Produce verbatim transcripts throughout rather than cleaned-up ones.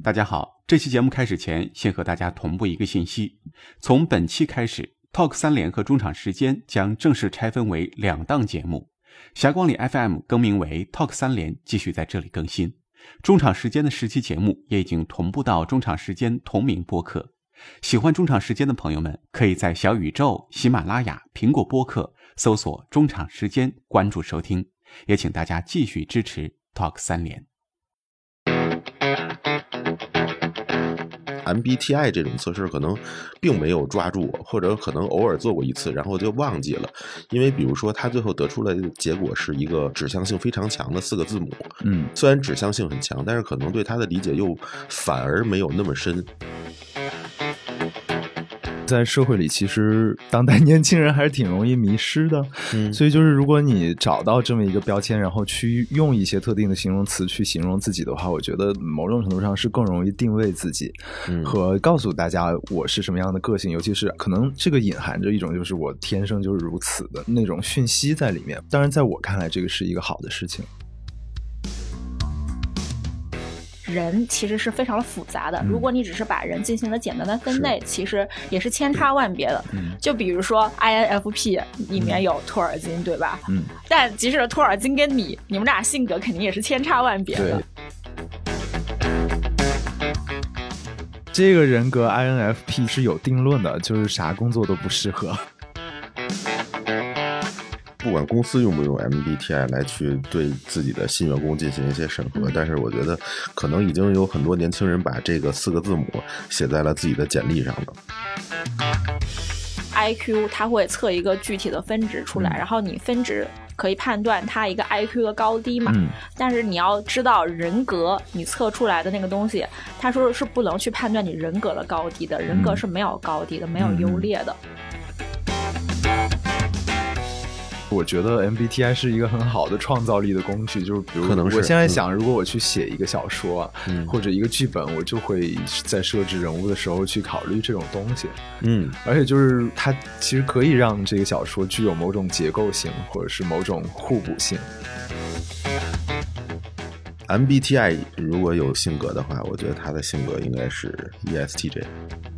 大家好，这期节目开始前，先和大家同步一个信息。从本期开始 Talk 三联和中场时间将正式拆分为两档节目，霞光里 F M 更名为 Talk 三联，继续在这里更新。中场时间的十期节目也已经同步到中场时间同名播客。喜欢中场时间的朋友们，可以在小宇宙、喜马拉雅、苹果播客搜索中场时间关注收听，也请大家继续支持 Talk 三联。 M B T I 这种测试可能并没有抓住我，或者可能偶尔做过一次然后就忘记了，因为比如说他最后得出来的结果是一个指向性非常强的四个字母， 嗯， 虽然指向性很强，但是可能对他的理解又反而没有那么深。 在社会里其实当代年轻人还是挺容易迷失的、嗯、所以就是如果你找到这么一个标签，然后去用一些特定的形容词去形容自己的话，我觉得某种程度上是更容易定位自己、嗯、和告诉大家我是什么样的个性，尤其是可能这个隐含着一种就是我天生就是如此的那种讯息在里面。当然在我看来这个是一个好的事情。 人其实是非常的复杂的，如果你只是把人进行了简单的分类，其实也是千差万别的、嗯、就比如说 I N F P 里面有托尔金、嗯、对吧、嗯、但即使托尔金跟你你们俩性格肯定也是千差万别的。 这个人格 I N F P 是有定论的，就是啥工作都不适合。 不管公司用不用 M B T I 来去对自己的新员工进行一些审核、嗯、但是我觉得可能已经有很多年轻人把这个四个字母写在了自己的简历上了。 I Q 它会测一个具体的分值出来、嗯、然后你分值可以判断它一个 I Q 的高低嘛、嗯、但是你要知道人格你测出来的那个东西，他说是不能去判断你人格的高低的，人格是没有高低的、嗯、没有优劣的。 我觉得 M B T I 是一个很好的创造力的工具，就是比如可能是我现在想、嗯、如果我去写一个小说、嗯、或者一个剧本，我就会在设置人物的时候去考虑这种东西。嗯，而且就是它其实可以让这个小说具有某种结构性或者是某种互补性。 M B T I 如果有性格的话，我觉得他的性格应该是 E S T J。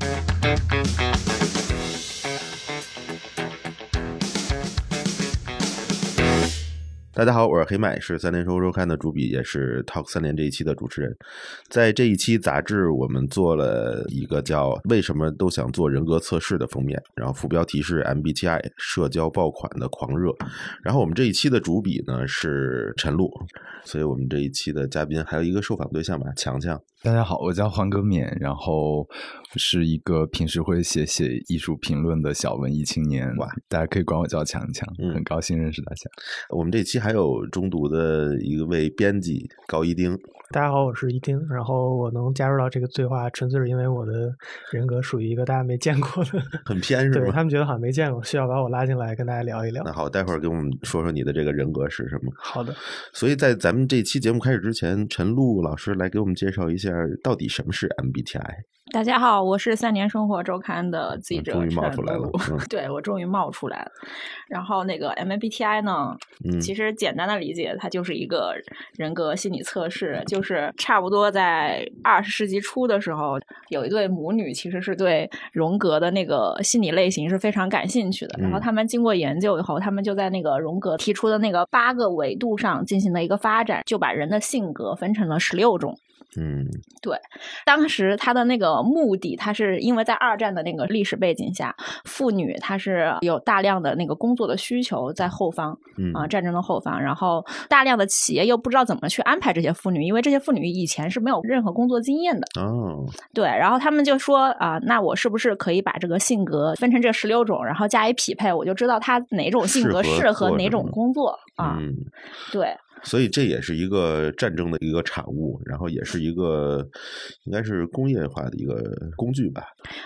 大家好，我是黑麦，是三联生活周刊的主笔，也是 Talk 三联这一期的主持人。在这一期杂志我们做了一个叫为什么都想做人格测试的封面，然后副标题是 M B T I 社交爆款的狂热。然后我们这一期的主笔呢是陈露，所以我们这一期的嘉宾还有一个受访对象吧，强强。 大家好，我叫黄格冕，然后是一个平时会写写艺术评论的小文艺青年。哇，大家可以管我叫强强、嗯、很高兴认识大家。 我们这期还有中读的一位编辑高一丁。 大家好，我是一丁，然后我能加入到这个对话纯粹是因为我的人格属于一个大家没见过的很偏是吗？ 对，他们觉得好像没见过，需要把我拉进来跟大家聊一聊。 那好，待会儿给我们说说你的这个人格是什么。 好的。 所以在咱们这期节目开始之前，陈露老师来给我们介绍一下到底什么是 M B T I。 大家好，我是三联生活周刊的记者、 嗯、终于冒出来了、嗯、 对，我终于冒出来了。然后那个 M B T I 呢、嗯、其实简单的理解它就是一个人格心理测试，就是差不多在二十世纪初的时候，有一对母女其实是对荣格的那个心理类型是非常感兴趣的、嗯、然后他们经过研究以后，他们就在那个荣格提出的那个八个维度上进行了一个发展，就把人的性格分成了十六种。 嗯， 对，当时他的那个目的，他是因为在二战的那个历史背景下，妇女她是有大量的那个工作的需求在后方，嗯啊、呃，战争的后方，然后大量的企业又不知道怎么去安排这些妇女，因为这些妇女以前是没有任何工作经验的。 哦， 对，然后他们就说啊、呃，那我是不是可以把这个性格分成这十六种，然后加以匹配，我就知道他哪种性格适合哪种工作啊？嗯，对。 所以这也是一个战争的一个产物，然后也是一个应该是工业化的一个工具吧。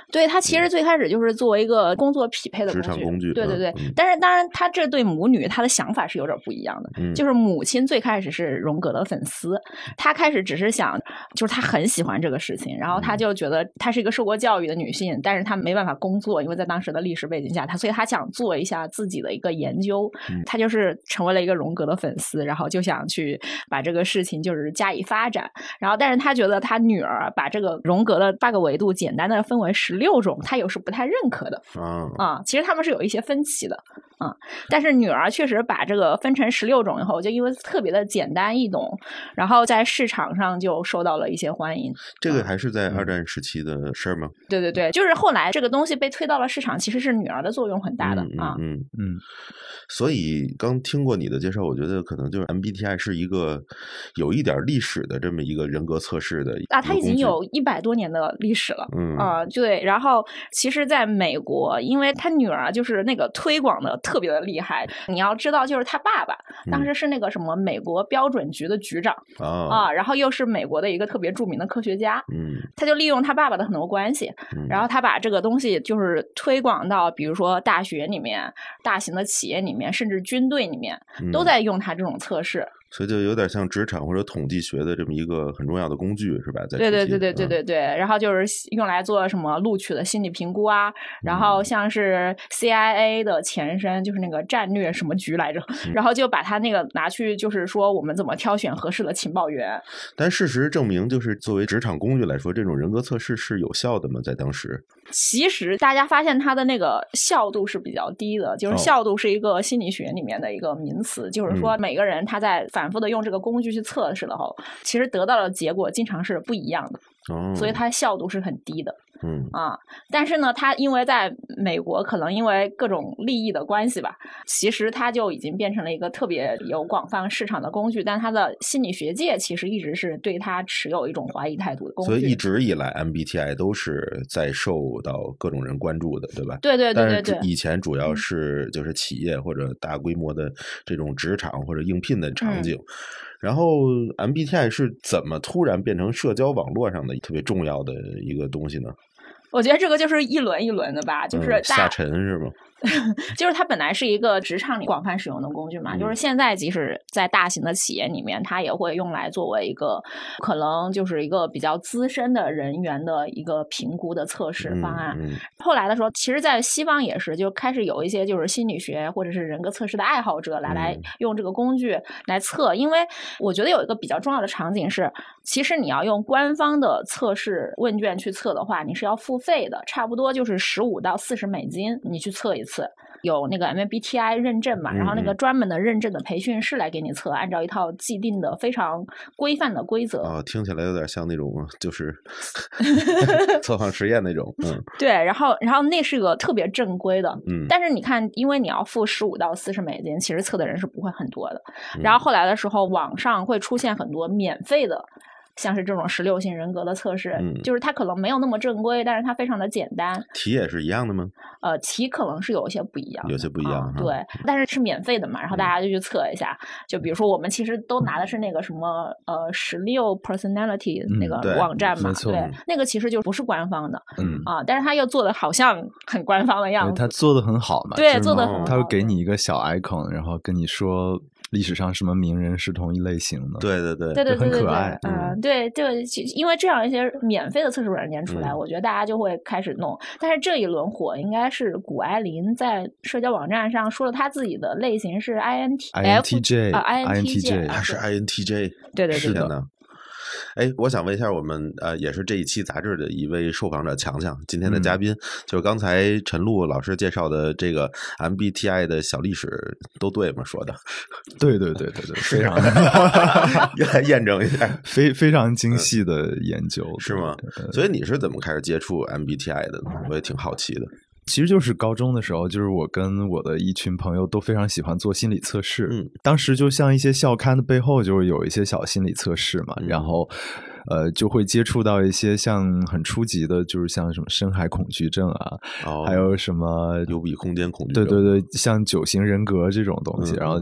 对，它其实最开始就是作为一个工作匹配的工具， 职场工具。 对对对， 嗯、 但是当然，他这对母女他的想法是有点不一样的。嗯、就是母亲最开始是荣格的粉丝，她开始只是想，就是她很喜欢这个事情，然后她就觉得她是一个受过教育的女性，但是她没办法工作，因为在当时的历史背景下，她所以她想做一下自己的一个研究，嗯、她就是成为了一个荣格的粉丝，然后就想去把这个事情就是加以发展，然后但是她觉得她女儿把这个荣格的八个维度简单的分为十六种，她有时不太认可的啊、啊，其实他们是有一些分歧的啊，但是女儿确实把这个分成十六种以后，就因为特别的简单易懂，然后在市场上就受到了一些欢迎。 这个还是在二战时期的事儿吗？ 嗯、对对对，就是后来这个东西被推到了市场，其实是女儿的作用很大的、 嗯、 啊。 嗯 嗯, 嗯。所以刚听过你的介绍，我觉得可能就是 M B T I 是一个有一点历史的这么一个人格测试的啊，它已经有一百多年的历史了。嗯啊、呃，对。然后其实在美国，因为他女儿就是那个推广的特别的厉害，你要知道，就是他爸爸当时是那个什么美国标准局的局长、嗯、啊，然后又是美国的一个特别著名的科学家。嗯，他就利用他爸爸的很多关系，嗯、然后他把这个东西就是推广到，比如说大学里面、大型的企业里面，甚至军队里面，都在用他这种测试。嗯， 所以就有点像职场或者统计学的这么一个很重要的工具，是吧？在对对对对对对对、嗯，然后就是用来做什么录取的心理评估啊，然后像是 C I A 的前身就是那个战略什么局来着，嗯、然后就把它那个拿去，就是说我们怎么挑选合适的情报员。 但事实证明，就是作为职场工具来说，这种人格测试是有效的吗？在当时， 其实大家发现它的那个效度是比较低的，就是效度是一个心理学里面的一个名词，哦、就是说每个人他在反复的用这个工具去测试的后，其实得到的结果经常是不一样的，哦、所以它效度是很低的。嗯啊，但是呢，它因为在美国可能因为各种利益的关系吧，其实它就已经变成了一个特别有广泛市场的工具，但它的心理学界其实一直是对它持有一种怀疑态度的工具。 所以一直以来 M B T I 都是在受到各种人关注的，对吧？ 对对对对对。 但是以前主要是就是企业或者大规模的这种职场或者应聘的场景。嗯，然后 M B T I 是怎么突然变成社交网络上的特别重要的一个东西呢？ 我觉得这个就是一轮一轮的吧，就是大、 嗯、下沉是吗？ 就是它本来是一个职场里广泛使用的工具嘛、嗯、就是现在即使在大型的企业里面，它也会用来作为一个可能就是一个比较资深的人员的一个评估的测试方案、嗯嗯、后来的时候其实在西方也是就开始有一些就是心理学或者是人格测试的爱好者来来用这个工具来测、嗯、因为我觉得有一个比较重要的场景是，其实你要用官方的测试问卷去测的话，你是要付费的，差不多就是十五到四十美金你去测一次，有那个 M B T I 认证嘛，然后那个专门的认证的培训师来给你测，按照一套既定的非常规范的规则。 哦，听起来有点像那种就是测谎实验那种。嗯， 对，然后然后那是个特别正规的，嗯，但是你看，因为你要付十五到四十美金，其实测的人是不会很多的。然后后来的时候，网上会出现很多免费的。像是这种十六型人格的测试、嗯、就是它可能没有那么正规，但是它非常的简单。 题也是一样的吗？ 呃，题可能是有一些不一样的， 有些不一样、 嗯、对，但是是免费的嘛，然后大家就去测一下、嗯、就比如说我们其实都拿的是那个什么呃十六 personality 那个网站嘛、嗯、对, 对，那个其实就不是官方的，嗯啊，但是他又做的好像很官方的样子， 他做的很好嘛， 对，做的很好， 他会给你一个小 icon， 然后跟你说历史上什么名人是同一类型的， 对对对， 对对对对， 很可爱， 嗯，对对，因为这样一些免费的测试软件出来、嗯，我觉得大家就会开始弄。但是这一轮火应该是谷爱凌在社交网站上说了，她自己的类型是 I N T J 啊 I N T J， 她是 I N T J， 对对对， 是的呢。哎，我想问一下我们呃，也是这一期杂志的一位受访者强强，今天的嘉宾、嗯、就是刚才陈露老师介绍的这个 M B T I 的小历史，都对吗？说的， 对对对对对，非常来验证一下， 非非常精细的研究， 嗯、是吗？所以你是怎么开始接触 M B T I 的呢？我也挺好奇的。 其实就是高中的时候，就是我跟我的一群朋友都非常喜欢做心理测试。嗯，当时就像一些校刊的背后，就是有一些小心理测试嘛，嗯、然后，呃，就会接触到一些像很初级的，就是像什么深海恐惧症啊，哦、还有什么幽闭空间恐惧症， 对对对，像九型人格这种东西，嗯、然后就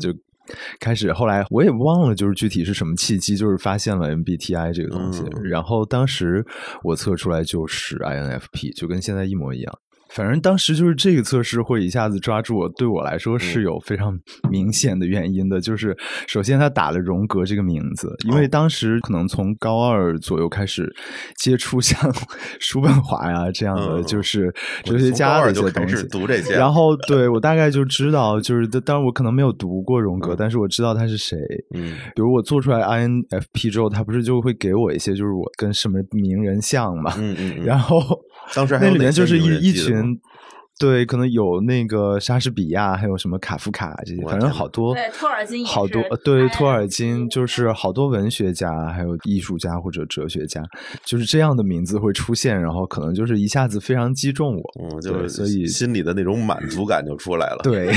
开始后来我也忘了就是具体是什么契机，就是发现了 M B T I 这个东西、嗯、然后当时我测出来就是 I N F P， 就跟现在一模一样。反正当时就是这个测试会一下子抓住我，对我来说是有非常明显的原因的、嗯、就是首先他打了荣格这个名字，因为当时可能从高二左右开始接触像叔本华呀这样的、嗯、就是哲学家的一些东西， 读这些， 然后对我大概就知道，就是当然我可能没有读过荣格、嗯、但是我知道他是谁。 嗯， 比如我做出来 I N F P 之后，他不是就会给我一些就是我跟什么名人像嘛， 嗯嗯嗯， 然后当时还有那里面就是一一群。对，可能有那个莎士比亚，还有什么卡夫卡这些，反正好多。 对，托尔金也是。 好多对，托尔金就是好多文学家，还有艺术家或者哲学家，就是这样的名字会出现，然后可能就是一下子非常击中我， 嗯，就是所以心里的那种满足感就出来了。 对，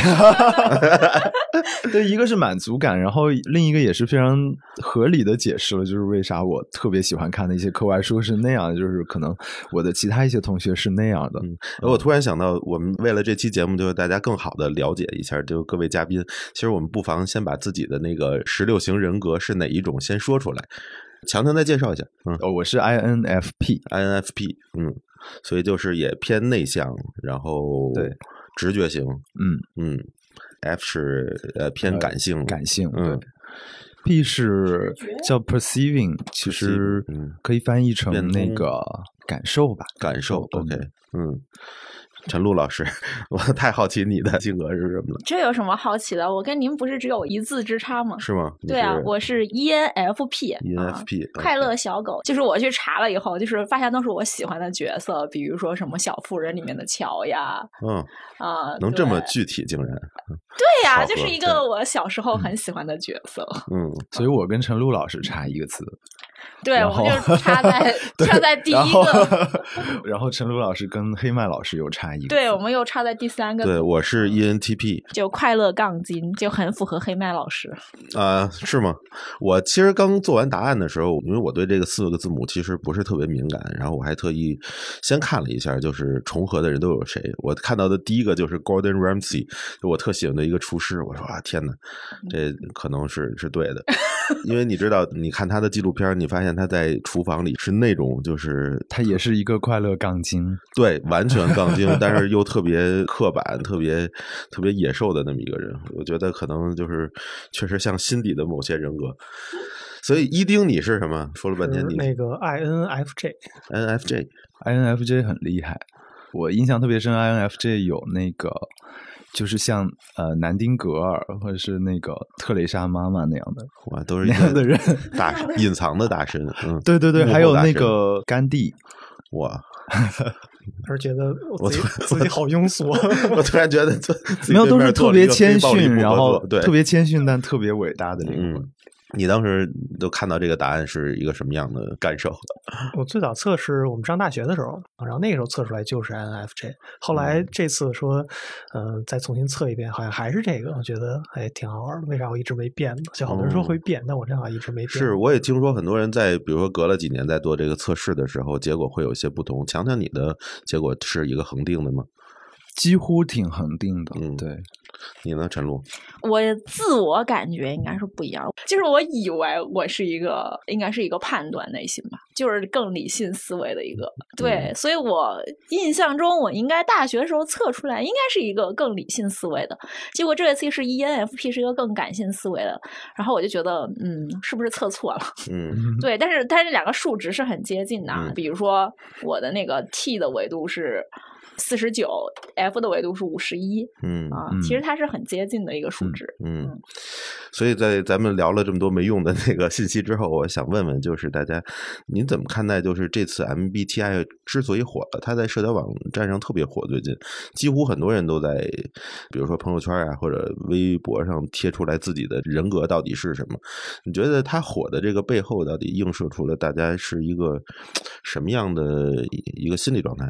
对，一个是满足感，然后另一个也是非常合理的解释了，就是为啥我特别喜欢看的一些课外书是那样，就是可能我的其他一些同学是那样的。 嗯，我突然想到。我们为了这期节目，就是大家更好的了解一下，就各位嘉宾，其实我们不妨先把自己的那个十六型人格是哪一种先说出来。强强再介绍一下。嗯， 哦，我是 I N F P，I N F P， 嗯，所以就是也偏内向，然后对直觉型， 嗯嗯 ，F 是呃偏感性， 呃、感性， 嗯。 P 是叫 perceiving， 其实可以翻译成那个感受吧， 感受。OK， 嗯。陈露老师，我太好奇你的性格是什么了。 这有什么好奇的？我跟您不是只有一字之差吗？ 是吗？ 对啊，我是 E N F P，E N F P，、 啊、快乐小狗。就是我去查了以后，就是发现都是我喜欢的角色，比如说什么《小妇人》里面的乔呀， 嗯啊， 能这么具体，竟然。 对呀、啊，就是一个我小时候很喜欢的角色。 嗯， 所以我跟陈露老师差一个字。 对，我们就差在差在第一个。 然后陈露老师跟黑麦老师又差一个。 对，我们又差在第三个。 对，我是 E N T P， 就快乐杠精，就很符合黑麦老师。 啊、呃，是吗？我其实刚做完答案的时候，因为我对这个四个字母其实不是特别敏感，然后我还特意先看了一下，就是重合的人都有谁。我看到的第一个就是 Gordon Ramsay， 就我特喜欢的一个厨师。我说啊，天哪，这可能是是对的。因为你知道，你看他的纪录片，你发现他在厨房里是那种，就是他也是一个快乐杠精， 对，完全杠精，但是又特别刻板、特别特别野兽的那么一个人。我觉得可能就是确实像心底的某些人格。所以一丁你是什么？说了半天你那个 I N F J，I N F J，I N F J 很厉害。我印象特别深 ，I N F J 有那个。就是像呃南丁格尔或者是那个特蕾莎妈妈那样的， 哇，都是那样的人， 大隐藏的大神，嗯， 对对对，还有那个甘地， 哇， 而觉得我自己自己好庸俗， 我突然觉得没有，都是特别谦逊，然后特别谦逊但特别伟大的灵魂。 嗯，你当时都看到这个答案是一个什么样的感受？ 我最早测试我们上大学的时候，然后那个时候测出来就是 I N F J， 后来这次说，呃，再重新测一遍，好像还是这个，我觉得还挺好玩的。为啥我一直没变呢？就好多人说会变，嗯、但我正好一直没变。 是，我也听说很多人在比如说隔了几年在做这个测试的时候，结果会有些不同。强强，你的结果是一个恒定的吗？ 几乎挺恒定的， 嗯， 对。 你呢，陈露？ 我自我感觉应该是不一样，就是我以为我是一个应该是一个判断类型吧，就是更理性思维的一个，对，嗯、所以我印象中我应该大学的时候测出来应该是一个更理性思维的，结果这一次是 E N F P 是一个更感性思维的，然后我就觉得嗯，是不是测错了？ 嗯， 对，但是但是两个数值是很接近的， 嗯、 比如说我的那个 T 的维度是四十九 ，F 的维度是五十一， 嗯啊，其实它是很接近的一个数值， 嗯，嗯所以在咱们聊了这么多没用的那个信息之后，我想问问，就是大家您怎么看待，就是这次 M B T I 之所以火了，它在社交网站上特别火，最近几乎很多人都在，比如说朋友圈啊或者微博上贴出来自己的人格到底是什么？你觉得它火的这个背后，到底映射出了大家是一个什么样的一个心理状态？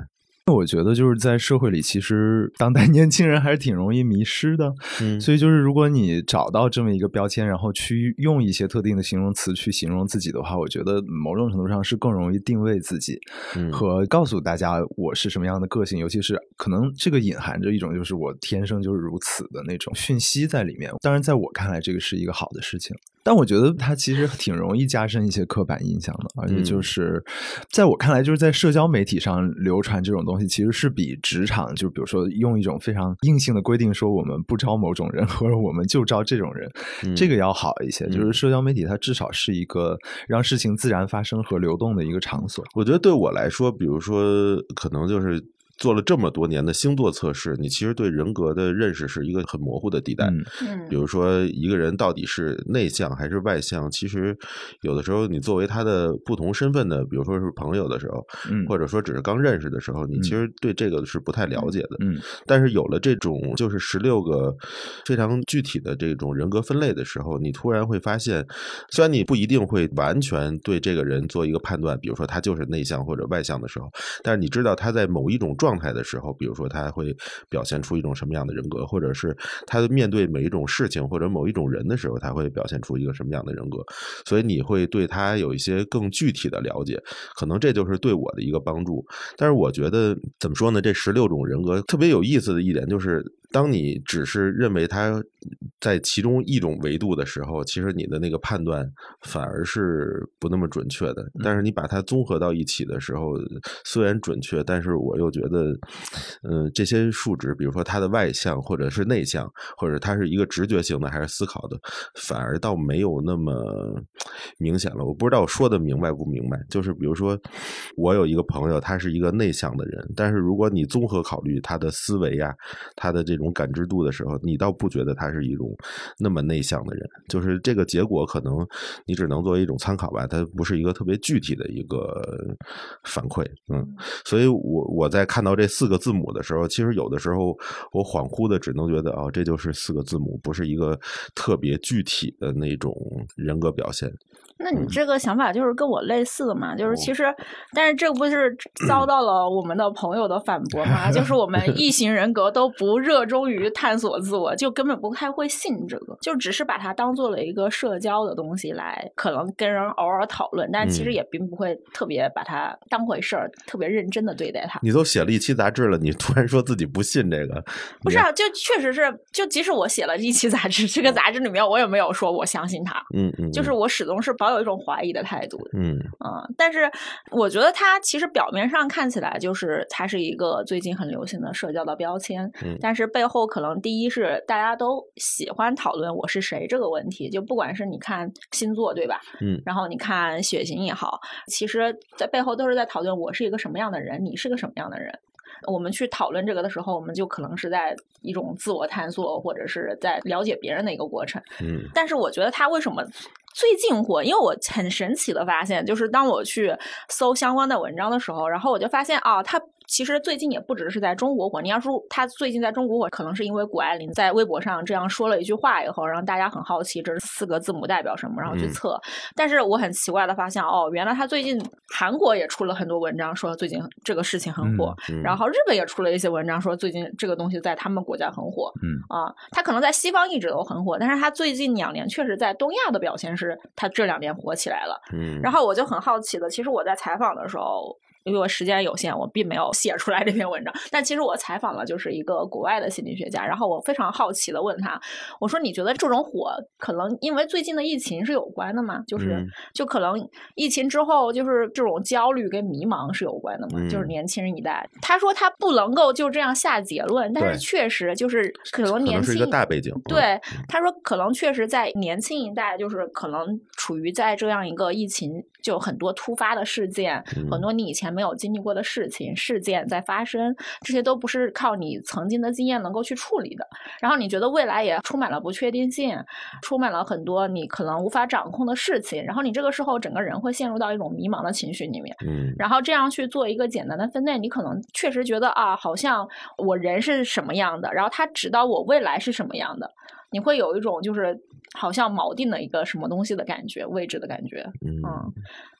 我觉得就是在社会里，其实当代年轻人还是挺容易迷失的。 嗯， 所以就是如果你找到这么一个标签，然后去用一些特定的形容词去形容自己的话，我觉得某种程度上是更容易定位自己， 嗯， 和告诉大家我是什么样的个性，尤其是可能这个隐含着一种就是我天生就是如此的那种讯息在里面。当然在我看来这个是一个好的事情，但我觉得它其实挺容易加深一些刻板印象的，而且就是在我看来就是在社交媒体上流传这种东西其实是比职场就比如说用一种非常硬性的规定说我们不招某种人或者我们就招这种人、嗯、这个要好一些、嗯、就是社交媒体它至少是一个让事情自然发生和流动的一个场所。 我觉得对我来说比如说可能就是做了这么多年的星座测试，你其实对人格的认识是一个很模糊的地带。 嗯， 比如说一个人到底是内向还是外向，其实有的时候你作为他的不同身份的，比如说是朋友的时候，嗯，或者说只是刚认识的时候，你其实对这个是不太了解的。 嗯， 但是有了这种就是十六个非常具体的这种人格分类的时候，你突然会发现，虽然你不一定会完全对这个人做一个判断，比如说他就是内向或者外向的时候，但是你知道他在某一种状态状态的时候，比如说他会表现出一种什么样的人格，或者是他面对每一种事情或者某一种人的时候，他会表现出一个什么样的人格，所以你会对他有一些更具体的了解，可能这就是对我的一个帮助。但是我觉得怎么说呢，这十六种人格特别有意思的一点就是当你只是认为他在其中一种维度的时候，其实你的那个判断反而是不那么准确的，但是你把它综合到一起的时候虽然准确，但是我又觉得嗯、呃，这些数值比如说他的外向或者是内向，或者他是一个直觉型的还是思考的，反而倒没有那么明显了。我不知道我说的明白不明白，就是比如说我有一个朋友他是一个内向的人，但是如果你综合考虑他的思维呀、啊、他的这种感知度的时候，你倒不觉得他是一种那么内向的人，就是这个结果可能你只能作为一种参考吧，它不是一个特别具体的一个反馈。嗯，所以我我在看到这四个字母的时候，其实有的时候我恍惚的只能觉得哦，这就是四个字母，不是一个特别具体的那种人格表现。 那你这个想法就是跟我类似的嘛，就是其实但是这个不是遭到了我们的朋友的反驳吗？就是我们异型人格都不热衷于探索自我，就根本不太会信这个，就只是把它当做了一个社交的东西来可能跟人偶尔讨论，但其实也并不会特别把它当回事儿，特别认真的对待它。 你都写了一期杂志了，你突然说自己不信这个？ 不是啊，就确实是，就即使我写了一期杂志，这个杂志里面我也没有说我相信它， 嗯嗯， 就是我始终是保有一种怀疑的态度， 嗯嗯，但是我觉得它其实表面上看起来就是它是一个最近很流行的社交的标签， 嗯， 但是背后可能第一是大家都喜欢讨论我是谁这个问题，就不管是你看星座对吧， 嗯， 然后你看血型也好，其实在背后都是在讨论我是一个什么样的人，你是个什么样的人。我们去讨论这个的时候，我们就可能是在一种自我探索或者是在了解别人的一个过程。 嗯， 但是我觉得他为什么最近火，因为我很神奇的发现，就是当我去搜相关的文章的时候，然后我就发现啊，他其实最近也不只是在中国火。你要说他最近在中国火，可能是因为谷爱凌在微博上这样说了一句话以后，让大家很好奇这四个字母代表什么，然后去测、嗯、但是我很奇怪的发现，哦，原来他最近韩国也出了很多文章说最近这个事情很火、嗯嗯、然后日本也出了一些文章说最近这个东西在他们国家很火。 嗯啊，他可能在西方一直都很火，但是他最近两年确实在东亚的表现是他这两年火起来了。 嗯， 然后我就很好奇的，其实我在采访的时候，因为我时间有限，我并没有写出来这篇文章，但其实我采访了就是一个国外的心理学家，然后我非常好奇的问他，我说你觉得这种火可能因为最近的疫情是有关的吗？就是、嗯、就可能疫情之后就是这种焦虑跟迷茫是有关的吗、嗯、就是年轻人一代。他说他不能够就这样下结论，但是确实就是可能年轻，可能是一个大背景。 对、嗯、他说可能确实在年轻一代就是可能处于在这样一个疫情就很多突发的事件、嗯、很多你以前没有经历过的事情事件在发生，这些都不是靠你曾经的经验能够去处理的，然后你觉得未来也充满了不确定性，充满了很多你可能无法掌控的事情，然后你这个时候整个人会陷入到一种迷茫的情绪里面。 嗯， 然后这样去做一个简单的分类，你可能确实觉得啊，好像我人是什么样的，然后它指导我未来是什么样的，你会有一种就是好像锚定的一个什么东西的感觉，位置的感觉。 嗯， 嗯，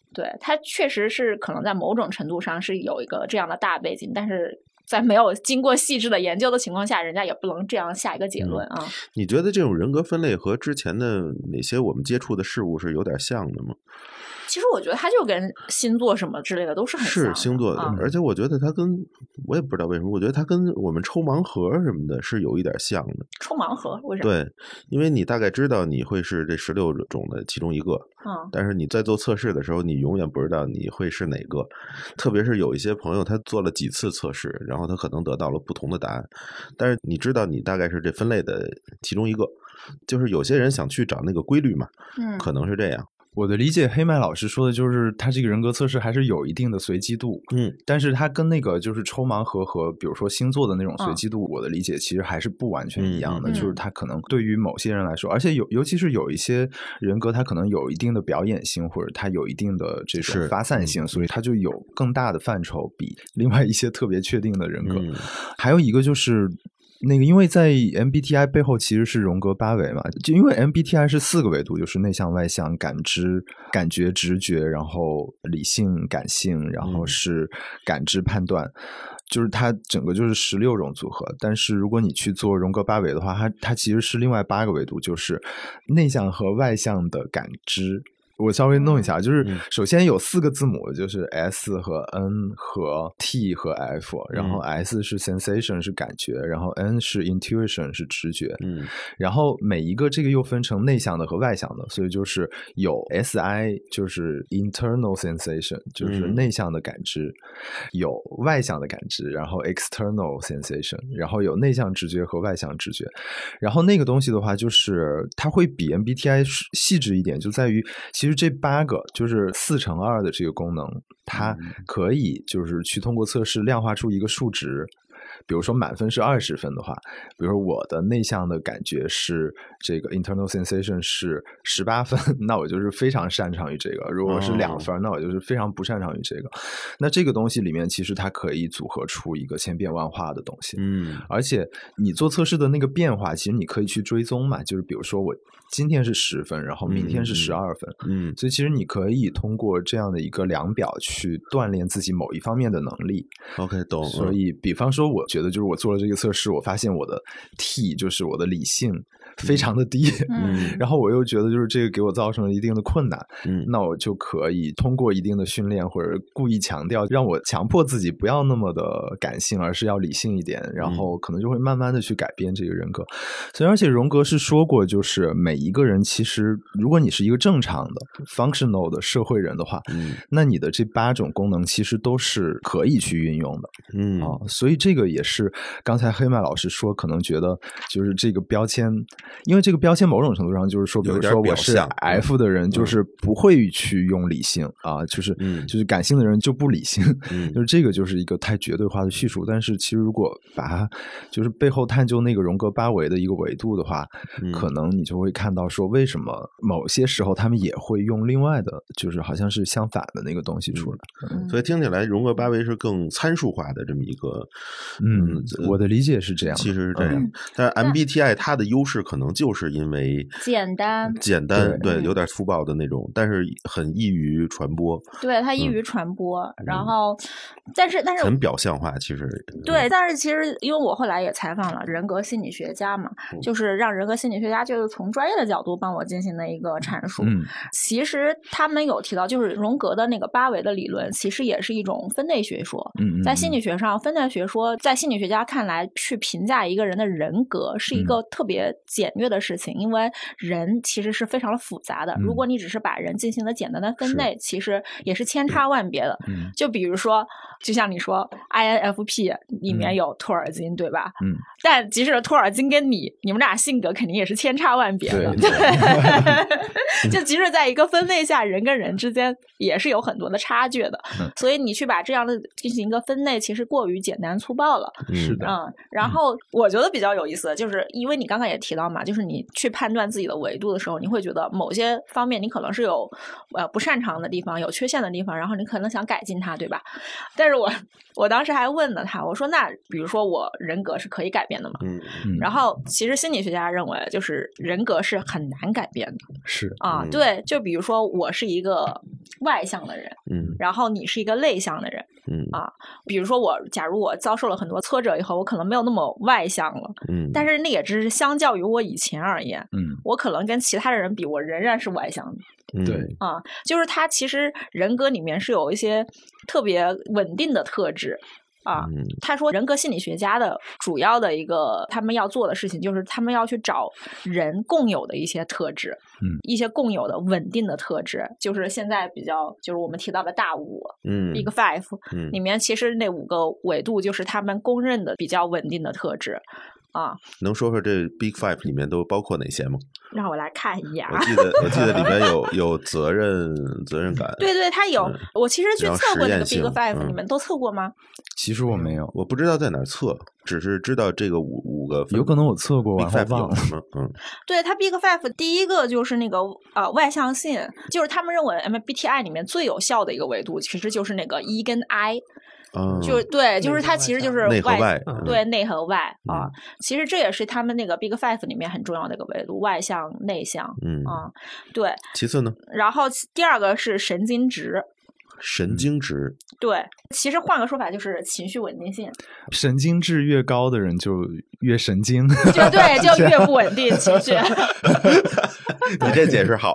对，它确实是可能在某种程度上是有一个这样的大背景，但是在没有经过细致的研究的情况下，人家也不能这样下一个结论啊。 嗯、你觉得这种人格分类和之前的哪些我们接触的事物是有点像的吗？ 其实我觉得它就跟星座什么之类的都是很像的， 是星座的、嗯，而且我觉得它跟我也不知道为什么，我觉得它跟我们抽盲盒什么的是有一点像的。 抽盲盒为什么？ 对，因为你大概知道你会是这十六种的其中一个， 嗯， 但是你在做测试的时候，你永远不知道你会是哪个。特别是有一些朋友他做了几次测试，然后他可能得到了不同的答案，但是你知道你大概是这分类的其中一个。就是有些人想去找那个规律嘛， 嗯， 可能是这样。 我的理解，黑麦老师说的就是他这个人格测试还是有一定的随机度， 嗯， 但是他跟那个就是抽盲盒和比如说星座的那种随机度，嗯、我的理解其实还是不完全一样的， 嗯、 就是他可能对于某些人来说，而且有尤其是有一些人格，他可能有一定的表演性，或者他有一定的这种发散性，所以他就有更大的范畴比另外一些特别确定的人格。 嗯、 还有一个就是。那个，因为在 M B T I 背后其实是荣格八维嘛，就因为 M B T I 是四个维度，就是内向、外向、感知、感觉、直觉，然后理性、感性，然后是感知、判断，嗯、就是它整个就是十六种组合。但是如果你去做荣格八维的话，它它其实是另外八个维度，就是内向和外向的感知。我稍微弄一下，就是首先有四个字母，就是 S 和 N 和 T 和 F， 然后 S 是 sensation 是感觉，然后 N 是 intuition 是直觉， 嗯， 然后每一个这个又分成内向的和外向的，所以就是有 S I 就是 internal sensation 就是内向的感知，嗯、有外向的感知，然后 external sensation， 然后有内向直觉和外向直觉，然后那个东西的话，就是它会比 M B T I 细致一点，就在于其实。其实这八个就是四乘二的这个功能，它可以就是去通过测试量化出一个数值。比如说满分是二十分的话，比如说我的内向的感觉是这个 internal sensation 是十八分，那我就是非常擅长于这个。如果是两分，哦、那我就是非常不擅长于这个。那这个东西里面其实它可以组合出一个千变万化的东西。 嗯， 而且你做测试的那个变化，其实你可以去追踪嘛，就是比如说我今天是十分，然后明天是十二分。 嗯， 所以其实你可以通过这样的一个量表去锻炼自己某一方面的能力。 OK， 懂。 所以比方说我觉得就是我做了这个测试，我发现我的 T 就是我的理性非常的低， 嗯， 然后我又觉得就是这个给我造成了一定的困难， 嗯， 那我就可以通过一定的训练或者故意强调，让我强迫自己不要那么的感性，而是要理性一点，然后可能就会慢慢的去改变这个人格。所以而且荣格是说过，就是每一个人其实如果你是一个正常的 functional 的社会人的话， 嗯， 那你的这八种功能其实都是可以去运用的， 嗯啊，所以这个也是刚才黑麦老师说可能觉得就是这个标签，因为这个标签某种程度上就是说，比如说我是 F 的人，就是不会去用理性、嗯、啊，就是、 嗯、 就是感性的人就不理性， 嗯、 就是这个就是一个太绝对化的叙述。但是其实如果把它就是背后探究那个荣格八维的一个维度的话、嗯，可能你就会看到说为什么某些时候他们也会用另外的，就是好像是相反的那个东西出来。 嗯、所以听起来荣格八维是更参数化的这么一个， 嗯，嗯我的理解是这样的， 其实是这样。嗯、但是 M B T I 它的优势可能就是因为简单， 简单，对， 对有点粗暴的那种，但是很易于传播。 对，它易于传播，嗯、然后，但是但是很表象化，其实对，但是其实因为我后来也采访了人格心理学家嘛，嗯、就是让人格心理学家就是从专业的角度帮我进行的一个阐述。 嗯， 其实他们有提到，就是荣格的那个八维的理论，其实也是一种分类学说。 嗯， 在心理学上，分类学说在心理学家看来，去评价一个人的人格是一个特别简略的事情，嗯、因为人其实是非常的复杂的。 嗯、 如果你只是把人进行了简单的分类，其实也是千差万别的。 嗯， 就比如说，就像你说 I N F P 里面有托尔金，嗯、对吧？ 嗯， 但即使托尔金跟你，你们俩性格肯定也是千差万别的。 对， 对就即使在一个分类下，人跟人之间也是有很多的差距的。 嗯、 所以你去把这样的进行一个分类，其实过于简单粗暴了。 是的。 嗯，然后我觉得比较有意思的就是，因为你刚刚也提到方嘛，就是你去判断自己的维度的时候，你会觉得某些方面你可能是有呃不擅长的地方，有缺陷的地方，然后你可能想改进它，对吧？但是我我当时还问了他，我说那比如说我人格是可以改变的嘛？ 嗯嗯然后其实心理学家认为，就是人格是很难改变的是啊。 嗯对，就比如说我是一个外向的人， 嗯然后你是一个内向的人。 嗯啊，比如说我，假如我遭受了很多挫折以后，我可能没有那么外向了， 嗯， 但是那也只是相较于我以前而言， 嗯， 我可能跟其他的人比，我仍然是外向的。 嗯对啊，就是他其实人格里面是有一些特别稳定的特质。啊， 嗯他说人格心理学家的主要的一个他们要做的事情，就是他们要去找人共有的一些特质， 嗯， 一些共有的稳定的特质，就是现在比较就是我们提到的大五， 嗯 Big Five， 嗯里面其实那五个维度就是他们公认的比较稳定的特质。啊， 能说说这 Big Five 里面都包括哪些吗？ 让我来看一眼啊。 我记得我记得里面有有责任责任感， 对对，它有。 嗯我其实去然后测过那个实验 Big 性 Five，、 嗯你们都测过吗？ 其实我没有， 我不知道在哪儿测，只是知道这个五五个分， 有可能我测过 Big 然后 Five 忘了。 有什么？嗯对，它 Big Five 第一个就是那个呃外向性，就是他们认为 M B T I 里面最有效的一个维度，其实就是那个 E 跟 I。 啊， 就对，就是它其实就是内和外嗯嗯对内和外啊、 嗯其实这也是他们那个 Big Five 里面很重要的一个维度，外向、内向嗯啊、对。 其次呢， 然后第二个是神经质， 神经质， 对，其实换个说法就是情绪稳定性， 神经质越高的人就越神经， 就对，就越不稳定情绪。 你这解释好，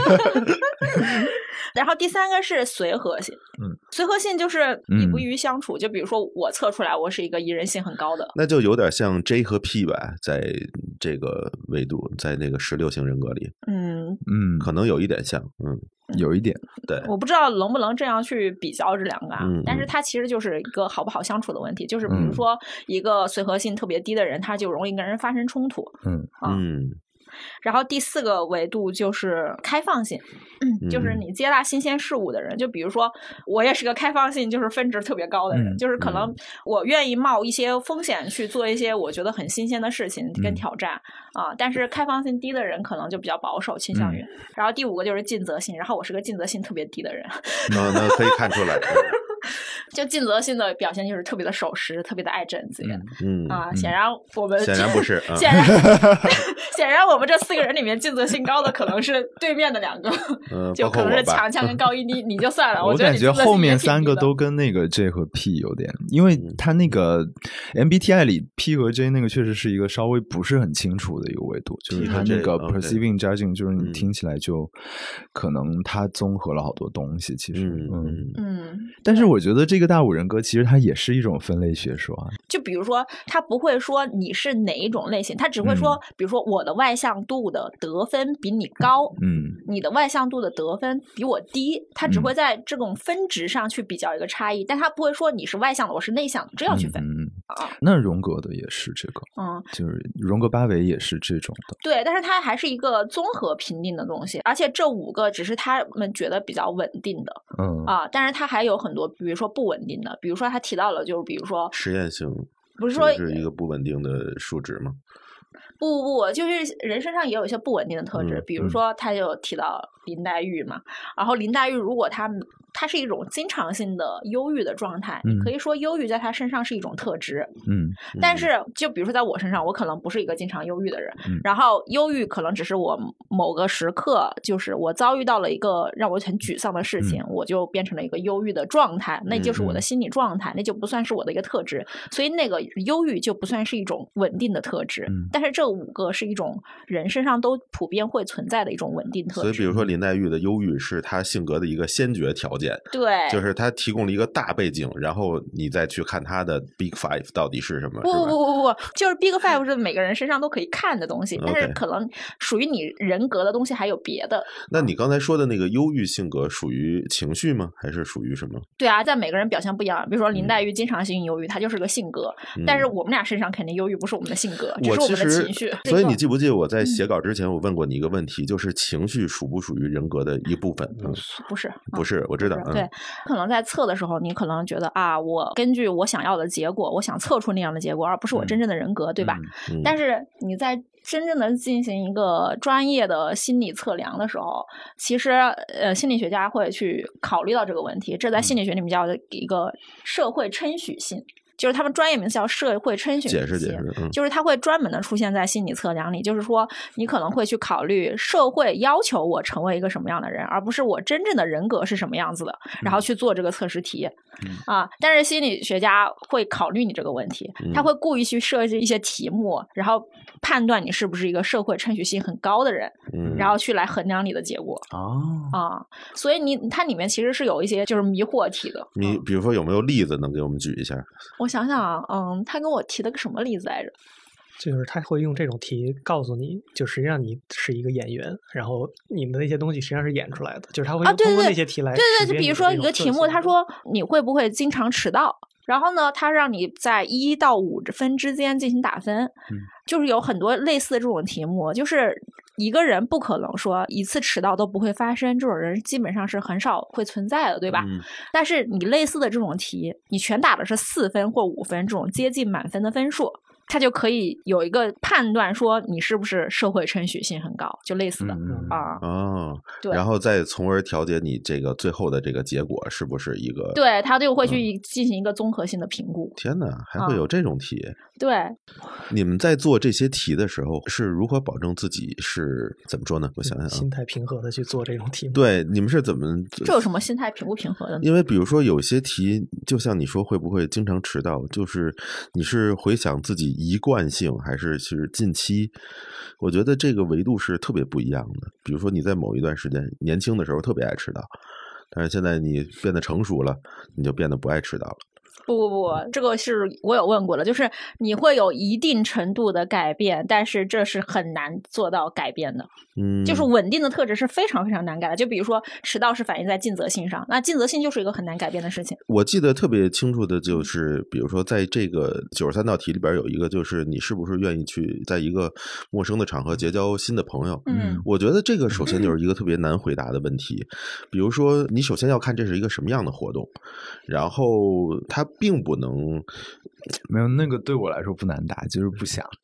然后第三个是随和性， 嗯， 随和性就是你不易于相处，就比如说我测出来我是一个宜人性很高的， 那就有点像 J 和 P 吧，在这个维度，在那个十六型人格里， 嗯， 嗯， 可能有一点像，嗯， 有一点， 对， 我不知道能不能这样去比较这两个啊， 嗯但是它其实就是一个好不好相处的问题，就是比如嗯说一个随和性特别低的人，他就容易跟人发生冲突， 嗯啊嗯然后第四个维度就是开放性，嗯、就是你接纳新鲜事物的人。就比如说，我也是个开放性就是分值特别高的人， 嗯、 就是可能我愿意冒一些风险去做一些我觉得很新鲜的事情跟挑战、嗯、啊。但是开放性低的人可能就比较保守，倾向于。嗯、然后第五个就是尽责性，然后我是个尽责性特别低的人。 那那可以看出来。 就尽责性的表现就是特别的守时，特别的爱整洁。 嗯啊，显然我们显然不是， 嗯、显然显然我们这四个人里面尽责性高的可能是对面的两个， 嗯、 就可能是强强跟高一，你你就算了。 我觉得感觉后面三个都跟那个 J 和 P 有点，因为他那个 M B T I 里 P 和 J 那个确实是一个稍微不是很清楚的一个维度，就是他那个 perceiving judging， 就是你听起来就可能它综合了好多东西。其实， 嗯嗯， 但是我觉得这个大五人格其实它也是一种分类学说啊。 就比如说，他不会说你是哪一种类型，他只会说，嗯、比如说我的外向度的得分比你高， 嗯， 你的外向度的得分比我低，他只会在这种分值上去比较一个差异，嗯、但他不会说你是外向的，我是内向的，这样去分。 嗯啊， 那荣格的也是这个， 嗯， 就是荣格八维也是这种的。 对，但是它还是一个综合评定的东西，而且这五个只是他们觉得比较稳定的， 嗯啊，但是它还有很多，比如说不稳定的，比如说他提到了，就是比如说实验性， 不是说是一个不稳定的数值吗？ 不不不，就是人身上也有一些不稳定的特质， 嗯、 比如说他就提到林黛玉嘛，然后林黛玉如果她它是一种经常性的忧郁的状态， 嗯、 你可以说忧郁在她身上是一种特质， 嗯， 但是就比如说在我身上，我可能不是一个经常忧郁的人， 嗯、 然后忧郁可能只是我某个时刻，就是我遭遇到了一个让我很沮丧的事情， 嗯、 我就变成了一个忧郁的状态，那就是我的心理状态， 嗯、 那就不算是我的一个特质，所以那个忧郁就不算是一种稳定的特质， 嗯、 但是这五个是一种人身上都普遍会存在的一种稳定特质。 所以比如说林黛玉的忧郁是她性格的一个先决条件， 对， 就是她提供了一个大背景，然后你再去看她的 Big Five 到底是什么。 不不不不不，就是 Big Five 是每个人身上都可以看的东西，但是可能属于你人格的东西还有别的。 那你刚才说的那个忧郁性格属于情绪吗？还是属于什么？ 对啊，在每个人表现不一样。比如说林黛玉经常性忧郁，她就是个性格， 嗯、 但是我们俩身上肯定忧郁不是我们的性格，只是我们的情绪。 所以你记不记得我在写稿之前我问过你一个问题，就是情绪属不属于人格的一部分。嗯， 不是， 不是，我知道。 对，可能在测的时候，你可能觉得啊，我根据我想要的结果，我想测出那样的结果，而不是我真正的人格，对吧？但是你在真正的进行一个专业的心理测量的时候，其实呃，心理学家会去考虑到这个问题，这在心理学里面叫一个社会称许性。就是他们专业名词叫社会称许性， 解释解释、嗯， 就是它会专门的出现在心理测量里，就是说你可能会去考虑社会要求我成为一个什么样的人，而不是我真正的人格是什么样子的，然后去做这个测试题、嗯、啊。但是心理学家会考虑你这个问题，他会故意去设计一些题目，然后判断你是不是一个社会称许性很高的人，嗯、然后去来衡量你的结果。 哦啊，所以你它里面其实是有一些就是迷惑题的。 你比如说有没有例子能给我们举一下？ 我想想啊，嗯，他跟我提了个什么例子来着？ 就是他会用这种题告诉你，就实际上你是一个演员，然后你的那些东西实际上是演出来的，就是他会通过那些题来、啊、 对对对，就比如说一个题目，他说你会不会经常迟到？然后呢，他让你在一到五分之间进行打分、嗯，就是有很多类似的这种题目，就是一个人不可能说一次迟到都不会发生，这种人基本上是很少会存在的，对吧？嗯、但是你类似的这种题，你全打的是四分或五分这种接近满分的分数，他就可以有一个判断说你是不是社会称许性很高，就类似的、嗯、啊。 哦， 对， 然后再从而调节你这个最后的这个结果是不是一个？ 对，他就会去进行一个综合性的评估。 嗯、天哪，还会有这种题？ 嗯、对， 你们在做这些题的时候是如何保证自己是怎么说呢？我想想、啊， 心态平和的去做这种题目。 对，你们是怎么？ 这有什么心态平不平和的呢？ 因为比如说有些题，就像你说会不会经常迟到，就是你是回想自己一贯性还是是近期，我觉得这个维度是特别不一样的。比如说你在某一段时间年轻的时候特别爱迟到，但是现在你变得成熟了，你就变得不爱迟到了。 不不不，这个是我有问过的，就是你会有一定程度的改变，但是这是很难做到改变的。嗯，就是稳定的特质是非常非常难改的。就比如说迟到是反映在尽责性上，那尽责性就是一个很难改变的事情。 我记得特别清楚的就是，比如说在这个九十三道题里边有一个，就是你是不是愿意去在一个陌生的场合结交新的朋友？ 嗯， 我觉得这个首先就是一个特别难回答的问题。比如说，你首先要看这是一个什么样的活动，然后它并不能没有那个对我来说不难答，就是不想。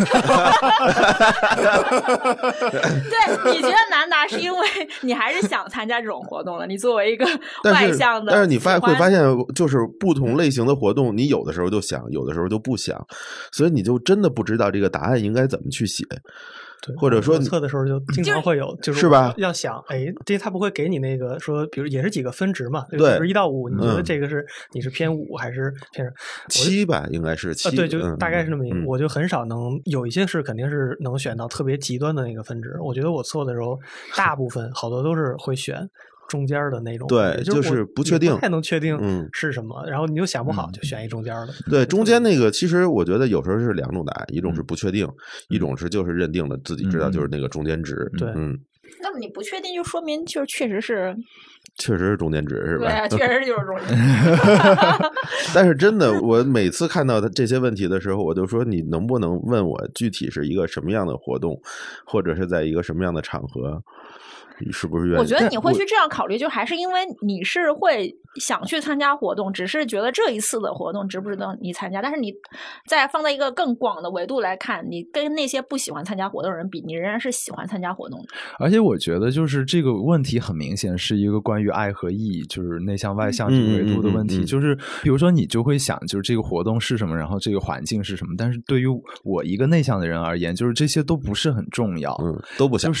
对，你觉得难答是因为你还是想参加这种活动的。你作为一个外向的， 但是你发会发现，就是不同类型的活动，你有的时候就想，有的时候就不想，所以你就真的不知道这个答案应该怎么去写。 对， 或者说测的时候就经常会有，就是是吧？ 要想，哎，因为他不会给你那个说，比如也是几个分值嘛， 对， 比如一到五，你觉得这个是、嗯、你是偏五还是偏七吧？应该是七、 呃，对，就大概是那么一个、 嗯。 我就很少能有一些是肯定是能选到特别极端的那个分值。我觉得我测的时候，大部分好多都是会选中间的那种， 对，就是不确定， 不太能确定是什么，嗯、然后你又想不好，就选一中间的。 对，中间那个其实我觉得有时候是两种答案，一种是不确定，嗯、一种是就是认定了自己知道就是那个中间值。 嗯、对， 嗯。 那么你不确定，就说明就是确实是， 确实是中间值，是吧？ 对啊，确实就是中间值。 但是真的，我每次看到这些问题的时候，我就说你能不能问我具体是一个什么样的活动，或者是在一个什么样的场合？是不是愿意？ 我觉得你会去这样考虑，就还是因为你是会想去参加活动，只是觉得这一次的活动值不值得你参加。但是你再放在一个更广的维度来看，你跟那些不喜欢参加活动的人比，你仍然是喜欢参加活动的。 而且我觉得就是这个问题很明显是一个关于爱和义，就是内向外向这个维度的问题。嗯嗯嗯嗯、就是比如说你就会想，就是这个活动是什么，然后这个环境是什么。但是对于我一个内向的人而言，就是这些都不是很重要， 嗯，都不想， 就是。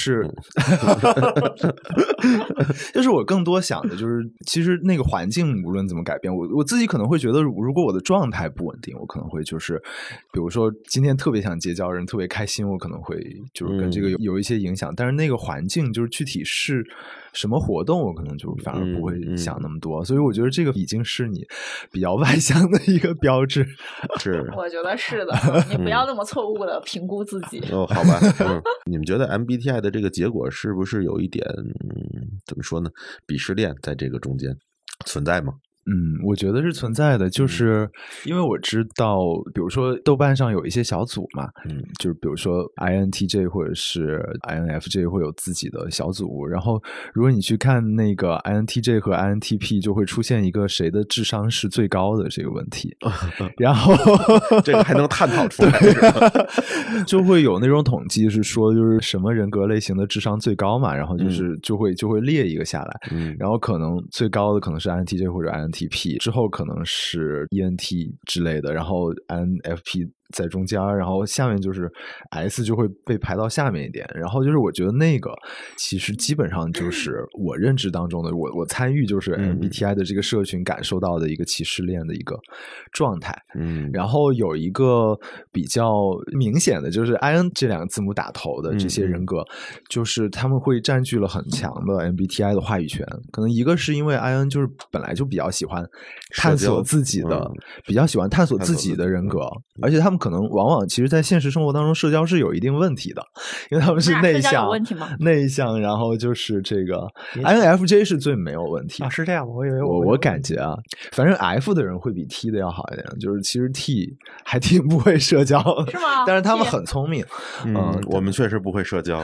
就是我更多想的就是，其实那个环境无论怎么改变，我我自己可能会觉得，如果我的状态不稳定，我可能会就是，比如说今天特别想结交人，特别开心，我可能会就是跟这个有有一些影响。嗯、但是那个环境就是具体是什么活动，我可能就反而不会想那么多。嗯嗯、所以我觉得这个已经是你比较外向的一个标志。 是， 我觉得是的。你不要那么错误的评估自己。 嗯、哦，好吧。嗯，你们觉得 M B T I 的这个结果是不是有一点？嗯，怎么说呢？鄙视链在这个中间存在吗？ 嗯，我觉得是存在的，就是因为我知道，比如说豆瓣上有一些小组嘛，嗯，就是比如说 I N T J 或者是 I N F J 会有自己的小组，然后如果你去看那个 I N T J 和 I N T P， 就会出现一个谁的智商是最高的这个问题，然后这个还能探讨出来，是吧？ 就会有那种统计是说，就是什么人格类型的智商最高嘛，然后就是就会就会列一个下来，嗯，然后可能最高的可能是 I N T J 或者 I N T P， 之后可能是 E N T 之类的，然后 I N F P 在中间，然后下面就是 S 就会被排到下面一点，然后就是我觉得那个其实基本上就是我认知当中的，我我参与就是 M B T I 的这个社群感受到的一个歧视链的一个状态，嗯，然后有一个比较明显的就是 I N 这两个字母打头的这些人格，嗯、就是他们会占据了很强的 M B T I 的话语权，可能一个是因为 I N 就是本来就比较喜欢探索自己的，嗯、比较喜欢探索自己的人格，嗯、而且他们可能往往其实在现实生活当中社交是有一定问题的，因为他们是内向， 有问题吗？ 内向，然后就是这个 I N F J 是最没有问题啊，是这样吗？我以为我我感觉啊，反正 F 的人会比 T 的要好一点，就是其实 T 还挺不会社交， 是吗？ 但是他们很聪明， 嗯，嗯我们确实不会社交，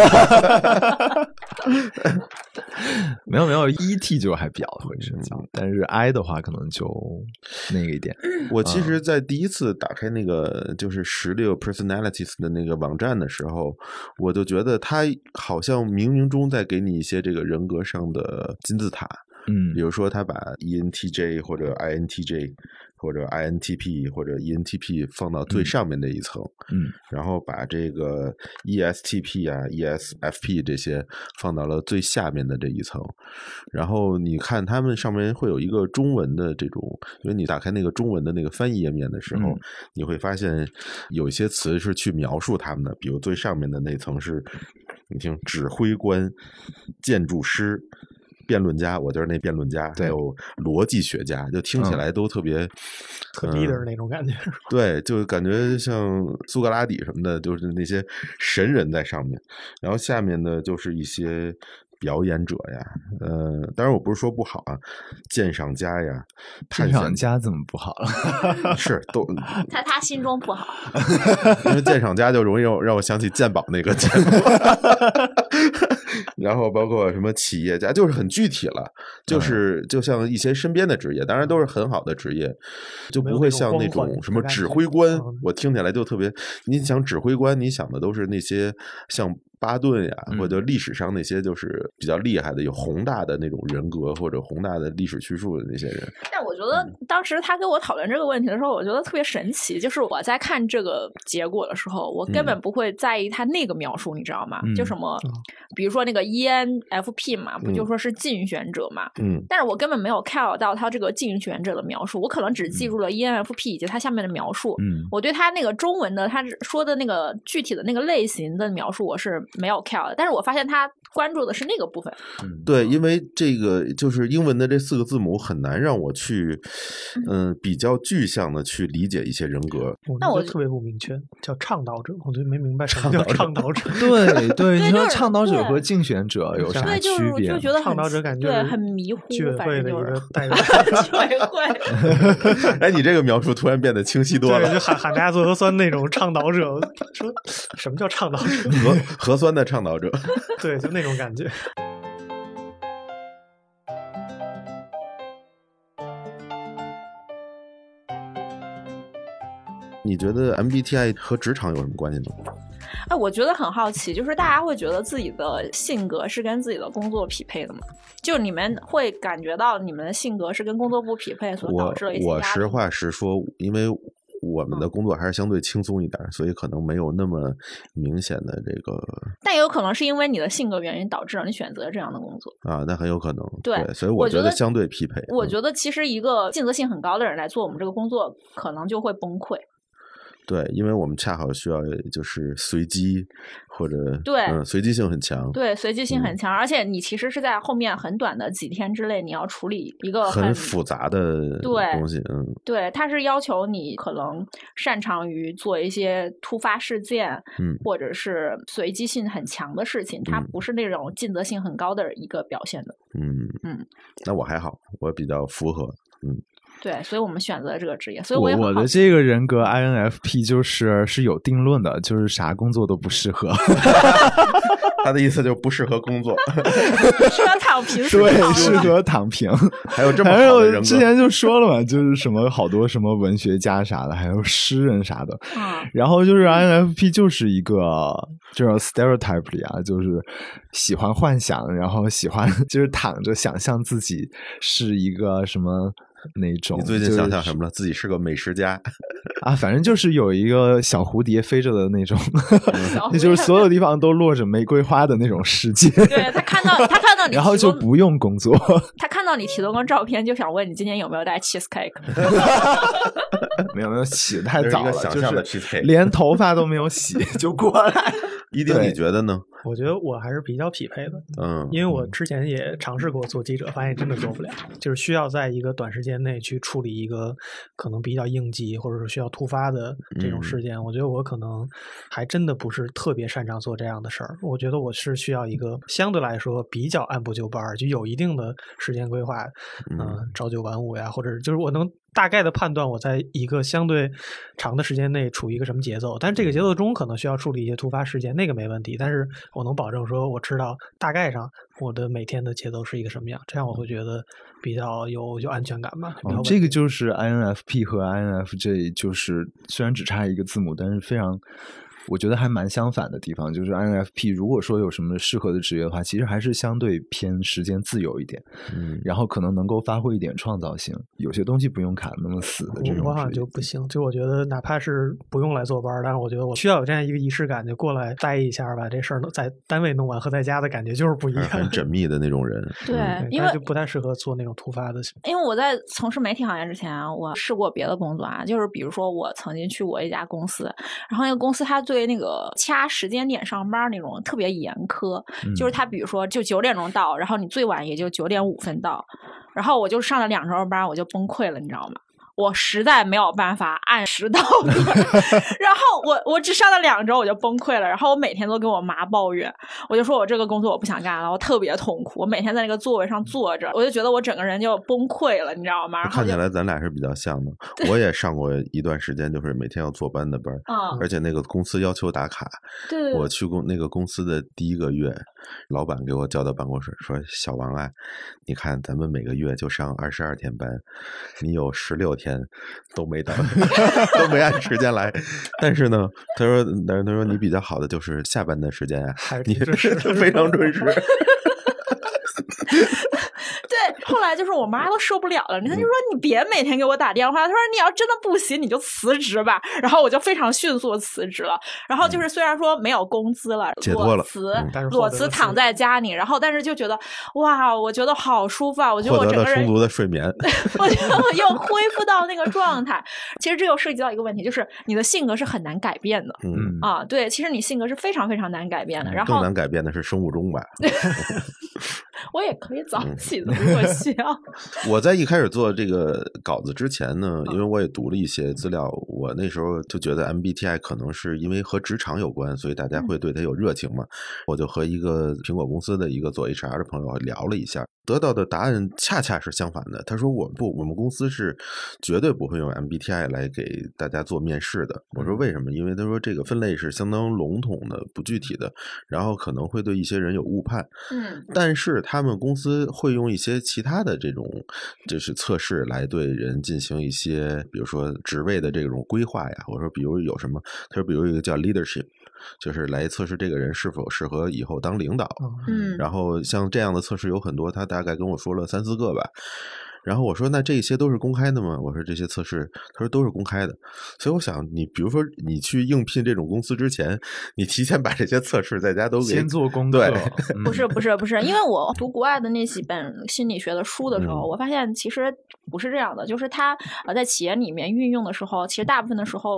没有没有 E T 就还比较会社交，嗯、但是 I 的话可能就那个一点。 我其实，在第一次打开那个就是十六 personalities 的那个网站的时候，我就觉得他好像冥冥中在给你一些这个人格上的金字塔。嗯，比如说他把 E N T J 或者 I N T J 或者 I N T P 或者 E N T P 放到最上面的一层，嗯，然后把这个 E S T P 啊 E S F P 这些放到了最下面的这一层，然后你看他们上面会有一个中文的这种，因为你打开那个中文的那个翻译页面的时候，嗯、你会发现有一些词是去描述他们的，比如最上面的那层是，你听指挥官、建筑师。辩论家，我就是那辩论家，还有逻辑学家，就听起来都特别、嗯、 特 leader 那种感觉。 对，就感觉像苏格拉底什么的，就是那些神人在上面，然后下面呢就是一些表演者呀，呃，当然我不是说不好啊，鉴赏家呀， 鉴赏家怎么不好了？ 是都在他心中不好， 因为鉴赏家就容易让我想起鉴宝那个节目。然后包括什么企业家，就是很具体了，就是就像一些身边的职业，当然都是很好的职业，就不会像那种什么指挥官，我听起来就特别，你想指挥官，你想的都是那些像巴顿呀，或者历史上那些就是比较厉害的、有宏大的那种人格或者宏大的历史叙述的那些人。 但我觉得当时他跟我讨论这个问题的时候，我觉得特别神奇，就是我在看这个结果的时候，我根本不会在意他那个描述，嗯、你知道吗？就什么，比如说那个 E N F P 嘛，不就说是竞选者嘛？嗯，但是我根本没有 care 到他这个竞选者的描述，我可能只记住了 E N F P 以及他下面的描述。嗯，我对他那个中文的他说的那个具体的那个类型的描述，我是没有 care 的，但是我发现他关注的是那个部分。 嗯，对，因为这个就是英文的这四个字母很难让我去，嗯、呃，比较具象的去理解一些人格。 那我特别不明确，叫倡导者，我就没明白什么叫倡导者。 对对，你说倡导者和竞选者有啥区别？ 就觉得倡导者感觉对很迷糊， 居委会的一个代表。 居委会。 哎，你这个描述突然变得清晰多了。 对，就喊喊大家做核酸那种倡导者，说什么叫倡导者？ 核核酸的倡导者。 对，就那种感觉。 你觉得 M B T I 和职场有什么关系呢？ 哎，我觉得很好奇，就是大家会觉得自己的性格是跟自己的工作匹配的吗？就你们会感觉到你们的性格是跟工作不匹配，所导致了一些压力？ 我我实话实说，因为我们的工作还是相对轻松一点，嗯、所以可能没有那么明显的这个。 但也有可能是因为你的性格原因导致了你选择这样的工作啊，那很有可能。 对， 对所以我觉得相对匹配。 我觉得其实一个尽责性很高的人来做我们这个工作，可能就会崩溃。 对，因为我们恰好需要就是随机或者对， 嗯，随机性很强。 对，随机性很强，嗯、而且你其实是在后面很短的几天之内，你要处理一个很, 很复杂的东西。嗯， 对，它是要求你可能擅长于做一些突发事件，嗯，或者是随机性很强的事情，它不是那种尽责性很高的一个表现的。 嗯嗯，那我还好，我比较符合。 嗯。 对，所以我们选择了这个职业。所以我也我的这个人格 I N F P 就是是有定论的，就是啥工作都不适合。 他的意思就是不适合工作， 适合躺平， 对，适合躺平。 还有这么好的人格， 之前就说了嘛，就是什么好多什么文学家啥的，还有诗人啥的。 嗯、 然后就是 I N F P 就是一个这种 stereotype 里啊，就是喜欢幻想，然后喜欢就是躺着想象自己是一个什么。那种你最近想象什么了？自己是个美食家啊，反正就是有一个小蝴蝶飞着的那种，那就是所有地方都落着玫瑰花的那种世界。 对，他看到他看到你， 然后就不用工作。 他看到你提供个照片，就想问你今天有没有带 cheesecake？ 没有没有，洗的太早了， 想象的 cheesecake， 连头发都没有洗就过来。 一定你觉得呢？ 我觉得我还是比较匹配的， 嗯， 因为我之前也尝试过做记者，发现真的做不了，就是需要在一个短时间内去处理一个可能比较应急或者是需要突发的这种事件。嗯、我觉得我可能还真的不是特别擅长做这样的事儿。我觉得我是需要一个相对来说比较按部就班，就有一定的时间规划，嗯、呃，朝九晚五呀，或者就是我能大概的判断我在一个相对长的时间内处于一个什么节奏，但是这个节奏中可能需要处理一些突发事件，那个没问题，但是我能保证说我知道大概上我的每天的节奏是一个什么样，这样我会觉得比较有有安全感吧。 哦、这个就是 I N F P 和 I N F J 就是虽然只差一个字母，但是非常我觉得还蛮相反的地方，就是 I N F P 如果说有什么适合的职业的话，其实还是相对偏时间自由一点，嗯，然后可能能够发挥一点创造性，有些东西不用卡那么死的这种。 我好像就不行，就我觉得哪怕是不用来坐班，但是我觉得我需要有这样一个仪式感，就过来待一下把这事儿在单位弄完和在家的感觉就是不一样， 很缜密的那种人。 对， 嗯、 因为就不太适合做那种突发的。 因为我在从事媒体行业之前，我试过别的工作啊，就是比如说我曾经去过一家公司，然后那个公司它对那个掐时间点上班那种特别严苛，嗯、就是他比如说就九点钟到，然后你最晚也就九点五分到，然后我就上了两周班，我就崩溃了，你知道吗？我实在没有办法按时到的，然后我我只上了两周我就崩溃了，然后我每天都跟我妈抱怨，我就说我这个工作我不想干了，我特别痛苦，我每天在那个座位上坐着，我就觉得我整个人就崩溃了，你知道吗？然后看起来咱俩是比较像的，我也上过一段时间，就是每天要坐班的班，嗯、而且那个公司要求打卡， 对， 我去公那个公司的第一个月，老板给我叫到办公室说：“小王啊，你看咱们每个月就上二十二天班，你有十六天。”都没到，都没按时间来。但是呢，他说，但是他说你比较好的就是下班的时间啊，你非常准时。 对，后来就是我妈都受不了了，她就说你别每天给我打电话，她说你要真的不行你就辞职吧，然后我就非常迅速辞职了，然后就是虽然说没有工资了， 解脱了， 裸辞，嗯、裸辞躺在家里，然后但是就觉得哇，我觉得好舒服啊，我觉得我整个人获得了充足的睡眠， 我觉得我又恢复到那个状态。其实这又涉及到一个问题，就是你的性格是很难改变的，嗯啊，对，其实你性格是非常非常难改变的，然后更难改变的是生物钟吧。 我也可以早起的，如果需要。 我在一开始做这个稿子之前呢，因为我也读了一些资料，我那时候就觉得 M B T I 可能是因为和职场有关，所以大家会对它有热情嘛。我就和一个苹果公司的一个做 H R 的朋友聊了一下，得到的答案恰恰是相反的。他说我不，我们公司是绝对不会用 M B T I 来给大家做面试的。我说为什么？因为他说这个分类是相当笼统的、不具体的，然后可能会对一些人有误判。嗯，但是他们公司会用一些其他的这种就是测试来对人进行一些，比如说职位的这种规划呀。我说比如有什么？他说比如一个叫 leadership， 就是来测试这个人是否适合以后当领导。嗯，然后像这样的测试有很多，他大概跟我说了三四个吧。然后我说那这些都是公开的吗？我说这些测试，他说都是公开的。所以我想你比如说你去应聘这种公司之前，你提前把这些测试在家都给先做功课。 对， 嗯、不是不是不是，因为我读国外的那几本心理学的书的时候，嗯、我发现其实不是这样的，就是他呃在企业里面运用的时候，其实大部分的时候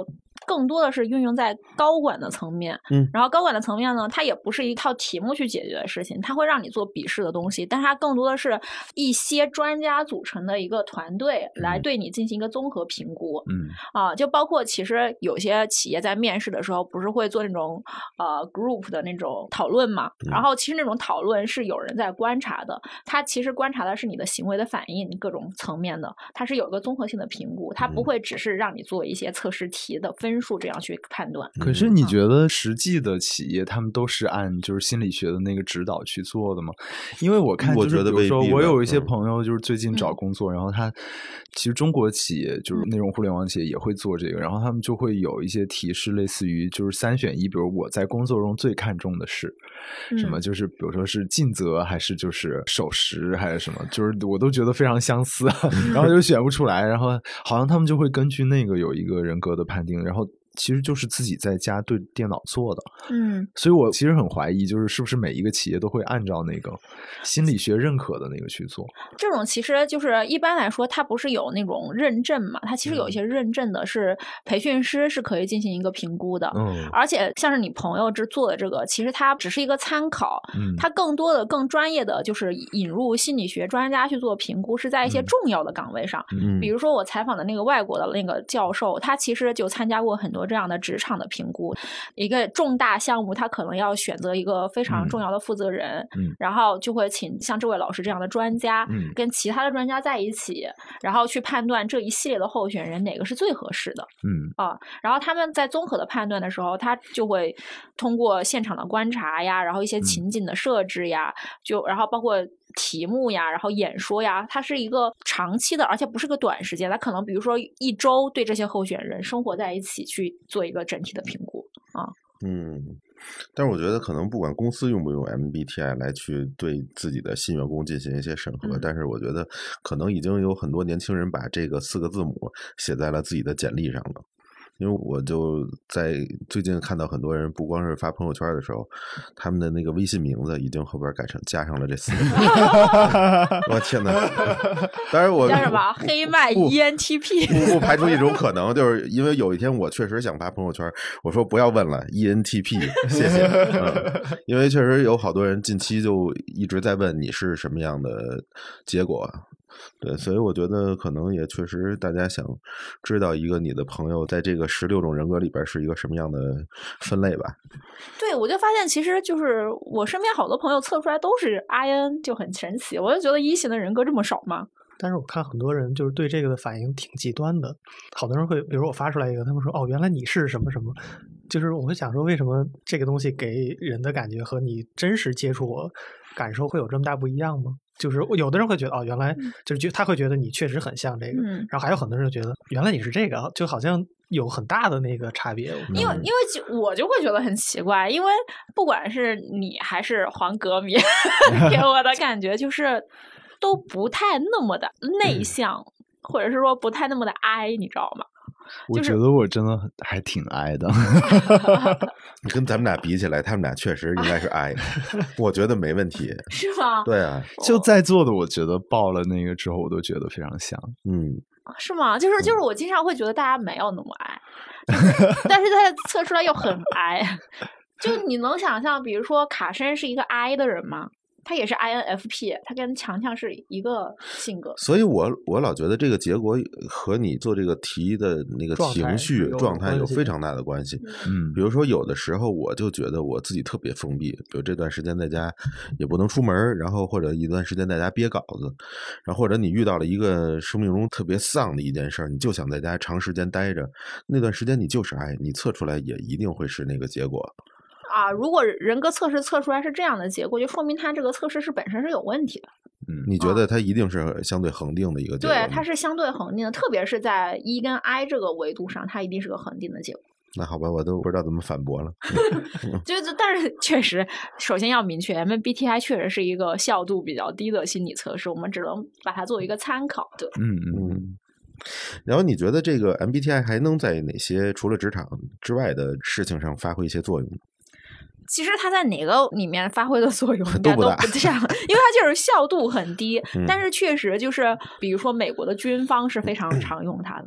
更多的是运用在高管的层面。 嗯， 然后高管的层面呢，它也不是一套题目去解决的事情，它会让你做笔试的东西，但它更多的是一些专家组成的一个团队来对你进行一个综合评估。 嗯啊，就包括其实有些企业在面试的时候，不是会做那种呃 group 的那种讨论嘛？然后其实那种讨论是有人在观察的，它其实观察的是你的行为的反应，各种层面的，它是有一个综合性的评估，它不会只是让你做一些测试题的分数这样去判断。 可是你觉得实际的企业他们都是按就是心理学的那个指导去做的吗？因为我看就是比如说我有一些朋友就是最近找工作，然后他其实中国企业就是内容互联网企业也会做这个，然后他们就会有一些提示类似于就是三选一，比如我在工作中最看重的是什么，就是比如说是尽责还是就是守时还是什么，就是我都觉得非常相似，然后就选不出来，然后好像他们就会根据那个有一个人格的判定，然后其实就是自己在家对电脑做的。 嗯， 所以我其实很怀疑，就是是不是每一个企业都会按照那个心理学认可的那个去做。 这种其实就是一般来说，它不是有那种认证嘛？它其实有一些认证的是培训师是可以进行一个评估的。 嗯， 而且像是你朋友这做的这个，其实它只是一个参考。 嗯， 它更多的、更专业的就是引入心理学专家去做评估，是在一些重要的岗位上。 嗯， 比如说我采访的那个外国的那个教授，他其实就参加过很多这样的职场的评估。一个重大项目，他可能要选择一个非常重要的负责人， 嗯， 然后就会请像这位老师这样的专家， 嗯， 跟其他的专家在一起，然后去判断这一系列的候选人哪个是最合适的。 嗯啊，然后他们在综合的判断的时候，他就会通过现场的观察呀，然后一些情景的设置呀，嗯、就然后包括题目呀，然后演说呀，它是一个长期的，而且不是个短时间，它可能比如说一周对这些候选人生活在一起去做一个整体的评估啊。 嗯，但是我觉得可能不管公司用不用 M B T I 来去对自己的新员工进行一些审核，嗯、但是我觉得可能已经有很多年轻人把这个四个字母写在了自己的简历上了。因为我就在最近看到很多人不光是发朋友圈的时候，他们的那个微信名字已经后边改成加上了这四个字。我天哪！当然我叫什么黑麦 E N T P 不不排除一种可能，就是因为有一天我确实想发朋友圈，我说不要问了 E N T P 谢谢、嗯、因为确实有好多人近期就一直在问你是什么样的结果。对，所以我觉得可能也确实大家想知道一个你的朋友在这个十六种人格里边是一个什么样的分类吧。 对，我就发现其实就是我身边好多朋友测出来都是 I N， 就很神奇。我就觉得一型的人格这么少吗？ 但是我看很多人就是对这个的反应挺极端的，好多人会，比如我发出来一个，他们说哦，原来你是什么什么，就是我会想说，为什么这个东西给人的感觉和你真实接触我感受会有这么大不一样吗？就是有的人会觉得哦，原来就是觉他会觉得你确实很像这个，嗯、然后还有很多人就觉得原来你是这个，就好像有很大的那个差别。 因为因为就我就会觉得很奇怪，因为不管是你还是黄格迷，给我的感觉就是都不太那么的内向，嗯、或者是说不太那么的 I， 你知道吗？ 我觉得我真的还挺 I 的。 你跟咱们俩比起来，他们俩确实应该是 I， 我觉得没问题。 是吗？ 对啊， 就在座的，我觉得报了那个之后，我都觉得非常像。 嗯， 是吗？就是就是，我经常会觉得大家没有那么 I， 但是他测出来又很 I。就你能想象，比如说卡申是一个 I 的人吗？他也是 I N F P， 他跟强强是一个性格， 所以我我老觉得这个结果和你做这个题的那个情绪状态有非常大的关系。 嗯， 比如说有的时候我就觉得我自己特别封闭，比如这段时间在家也不能出门，然后或者一段时间在家憋稿子，然后或者你遇到了一个生命中特别丧的一件事，你就想在家长时间待着，那段时间你就是爱，你测出来也一定会是那个结果。 啊，如果人格测试测出来是这样的结果，就说明他这个测试是本身是有问题的。 嗯，你觉得它一定是相对恒定的一个结果？ 对，它是相对恒定的，特别是在 E 跟 I 这个维度上，它一定是个恒定的结果。 那好吧，我都不知道怎么反驳了。 就但是确实，首先要明确 ，M B T I 确实是一个效度比较低的心理测试，我们只能把它作为一个参考。对， 嗯嗯。 然后你觉得这个 M B T I 还能在哪些除了职场之外的事情上发挥一些作用？ 其实它在哪个里面发挥的作用应该都不这样，因为它就是效度很低。嗯、但是确实就是，比如说美国的军方是非常常用它的。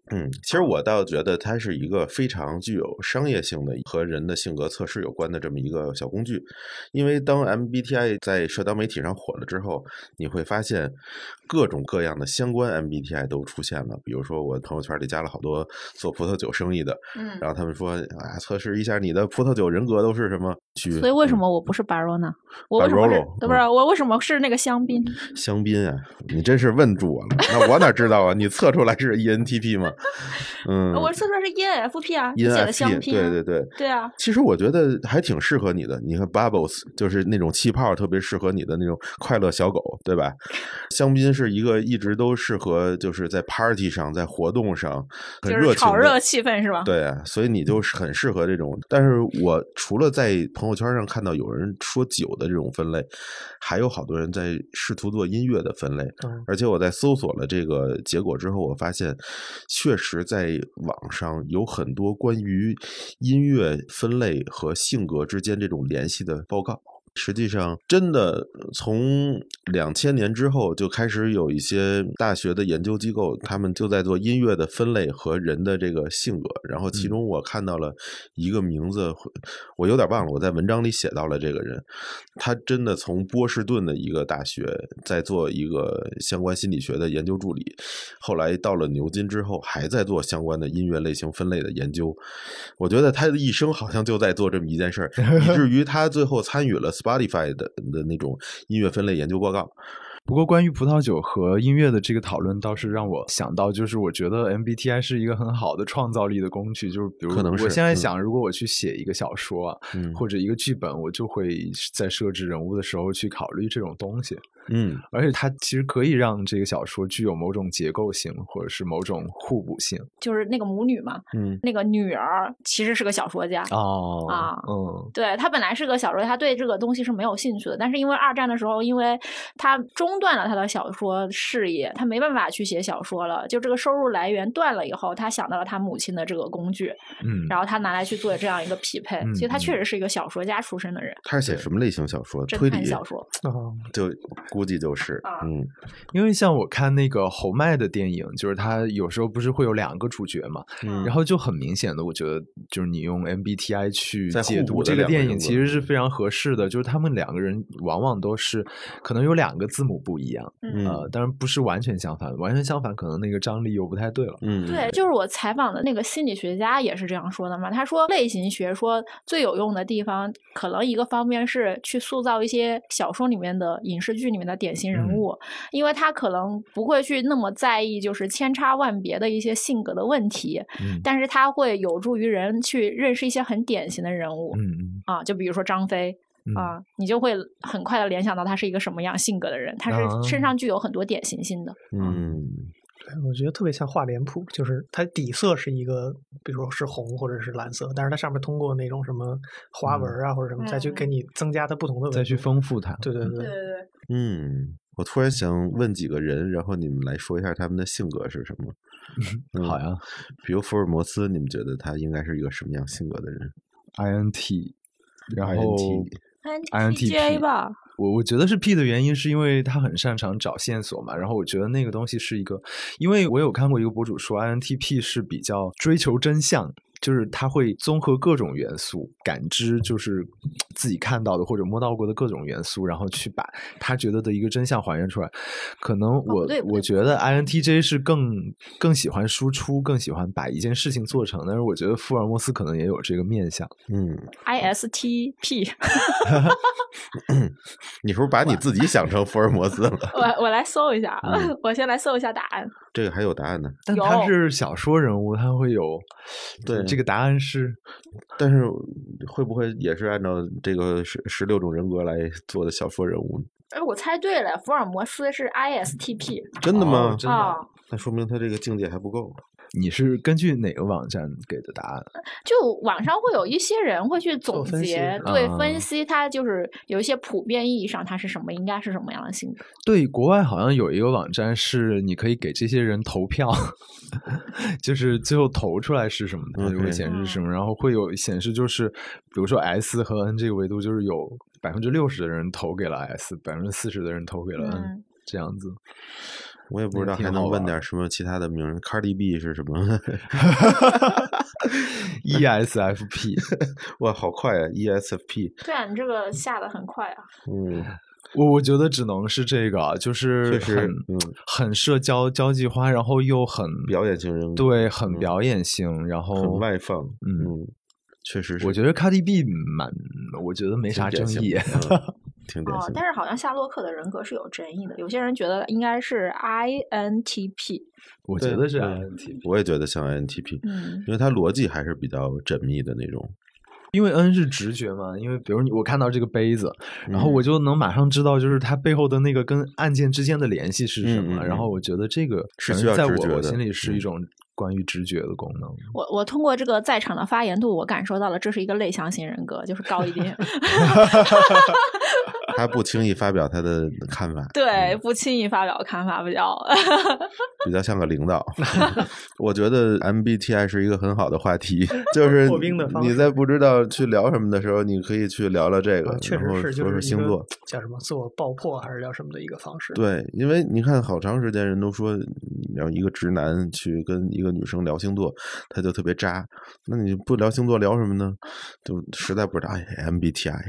嗯，其实我倒觉得它是一个非常具有商业性的和人的性格测试有关的这么一个小工具。因为当 M B T I 在社交媒体上火了之后，你会发现各种各样的相关 M B T I 都出现了。比如说我朋友圈里加了好多做葡萄酒生意的， 嗯， 然后他们说啊，测试一下你的葡萄酒人格都是什么。去所以为什么我不是 Barolo 我为什么是不是我为什么是那个香槟？ 香槟啊，你真是问住我了。那我哪知道啊？你测出来是 E N T P 吗？嗯， 我测出来是 E N F P 啊， 你写的香槟、 啊。对对对， 对啊。 其实我觉得还挺适合你的。你看 Bubbles 就是那种气泡，特别适合你的那种快乐小狗，对吧？香槟是一个一直都适合，就是在 party 上，在活动上很热情的， 就是炒热气氛是吧？ 对啊，所以你就很适合这种。但是我除了在朋友圈上看到有人说酒的这种分类，还有好多人在试图做音乐的分类。 嗯、 而且我在搜索了这个结果之后，我发现确实在网上有很多关于音乐分类和性格之间这种联系的报告。实际上真的从两千年之后就开始有一些大学的研究机构，他们就在做音乐的分类和人的这个性格。然后其中我看到了一个名字，我有点忘了，我在文章里写到了这个人。他真的从波士顿的一个大学在做一个相关心理学的研究助理，后来到了牛津之后还在做相关的音乐类型分类的研究。我觉得他的一生好像就在做这么一件事儿，以至于他最后参与了Spotify 的, 的那种音乐分类研究报告。 不过关于葡萄酒和音乐的这个讨论倒是让我想到，就是我觉得 M B T I 是一个很好的创造力的工具。就是比如可能是我现在想、嗯、如果我去写一个小说、啊嗯、 或者一个剧本，我就会在设置人物的时候去考虑这种东西。 嗯， 而且它其实可以让这个小说具有某种结构性，或者是某种互补性。 就是那个母女嘛， 嗯， 那个女儿其实是个小说家哦啊， 嗯， 对，她本来是个小说家，她对这个东西是没有兴趣的，但是因为二战的时候，因为她中断了她的小说事业，她没办法去写小说了，就这个收入来源断了以后，她想到了她母亲的这个工具， 嗯， 然后她拿来去做这样一个匹配。 嗯、 其实她确实是一个小说家出身的人。 她是写什么类型小说？ 侦探小说， 就估计就是，嗯， 因为像我看那个侯麦的电影，就是他有时候不是会有两个主角嘛， 嗯， 然后就很明显的，我觉得就是你用 M B T I 去解读这个电影，其实是非常合适的。就是他们两个人往往都是可能有两个字母不一样， 嗯， 呃，当然不是完全相反，完全相反可能那个张力又不太对了。 嗯， 对，就是我采访的那个心理学家也是这样说的嘛。他说，类型学说最有用的地方，可能一个方面是去塑造一些小说里面的、影视剧里面的典型人物，嗯、因为他可能不会去那么在意就是千差万别的一些性格的问题， 嗯， 但是他会有助于人去认识一些很典型的人物， 嗯嗯啊，就比如说张飞。啊，你就会很快的联想到他是一个什么样性格的人，他是身上具有很多典型性的。 嗯， 对，我觉得特别像画脸谱，就是它底色是一个，比如说是红或者是蓝色，但是它上面通过那种什么花纹啊、嗯、或者什么，再去给你增加它不同的纹路， 再去丰富它。 对对对对对对。 嗯，我突然想问几个人，然后你们来说一下他们的性格是什么。 嗯、好呀， 比如福尔摩斯，你们觉得他应该是一个什么样性格的人 ？I N T， 然后 I N T J 吧。 我我觉得是 P 的原因是因为他很擅长找线索嘛，然后我觉得那个东西是一个，因为我有看过一个博主说 I N T P 是比较追求真相，就是他会综合各种元素感知，就是自己看到的或者摸到过的各种元素，然后去把他觉得的一个真相还原出来。可能我、 哦、 我觉得 I N T J 是更更喜欢输出，更喜欢把一件事情做成，但是我觉得福尔摩斯可能也有这个面向。 嗯 I S T P 你是不是把你自己想成福尔摩斯了？ 我我来搜一下、嗯、我先来搜一下答案。 这个还有答案呢？ 但他是小说人物，他会有对这个答案是， 但是会不会也是按照这个十十六种人格来做的小说人物？ 哎，我猜对了，福尔摩斯是 I S T P。 真的吗？ 哦、真的、 哦， 那说明他这个境界还不够。 你是根据哪个网站给的答案？ 就网上会有一些人会去总结，对、 嗯、 分析他就是有一些普遍意义上他是什么，应该是什么样的性格。 对，国外好像有一个网站是你可以给这些人投票，就是最后投出来是什么，它就会显示什么， okay. 然后会有显示就是，比如说 S 和 N 这个维度，就是有百分之六十的人投给了 S， 百分之四十的人投给了 N，、嗯、这样子。 我也不知道还能问点什么其他的名儿 ，Cardi B 是什么 ？E S F P， 哇，好快啊 ！E S F P， 对啊，你这个下的很快啊。 嗯。 我我觉得只能是这个，就是很、 嗯、 很社交交际花，然后又很表演型人格， 对，很表演性，嗯、然后很外放， 嗯， 确实是。 我觉得 Cardi B 蛮，我觉得没啥争议， 挺典型、 哦。但是好像夏洛克的人格是有争议的，有些人觉得应该是 I N T P， 我觉得是 I N T P， 我也觉得像 I N T P， 嗯， 因为他逻辑还是比较缜密的那种。 因为 N 是直觉嘛，因为比如你我看到这个杯子，然后我就能马上知道就是它背后的那个跟案件之间的联系是什么， 嗯嗯、 然后我觉得这个是需要在直觉的， 我我心里是一种关于直觉的功能。 我我通过这个在场的发言度，我感受到了这是一个内向型人格，就是高一点。 他不轻易发表他的看法， 对，不轻易发表看法，比较比较像个领导。我觉得 M B T I 是一个很好的话题，就是你在不知道去聊什么的时候，你可以去聊聊这个， 啊、确实是， 就是星座叫什么自我爆破还是叫什么的一个方式。 对，因为你看，好长时间人都说，让一个直男去跟一个女生聊星座，他就特别渣。那你不聊星座聊什么呢？就实在不知道。哎 ，M B T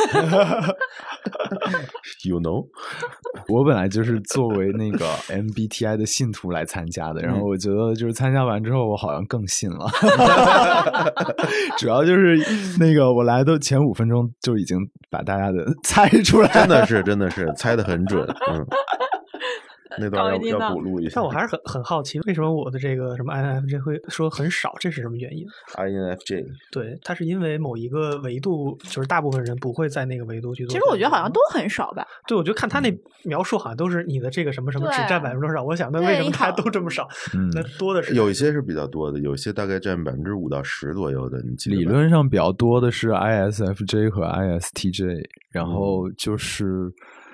I。You know， 我本来就是作为那个 M B T I 的信徒来参加的，然后我觉得就是参加完之后，我好像更信了。主要就是那个我来的前五分钟就已经把大家的猜出来了， 真的是真的是猜得很准，嗯。那段要要补录一下， 但我还是很很好奇，为什么我的这个什么 I N F J 会说很少？这是什么原因 ？I N F J 对，它是因为某一个维度，就是大部分人不会在那个维度去做。 其实我觉得好像都很少吧。 对，我觉得看他那描述，好像都是你的这个什么什么只占百分之多少。我想，那为什么大家都这么少？那多的是有一些是比较多的，有一些大概占百分之五到十左右的。你记得理论上比较多的是 I S F J 和 I S T J， 然后就是。嗯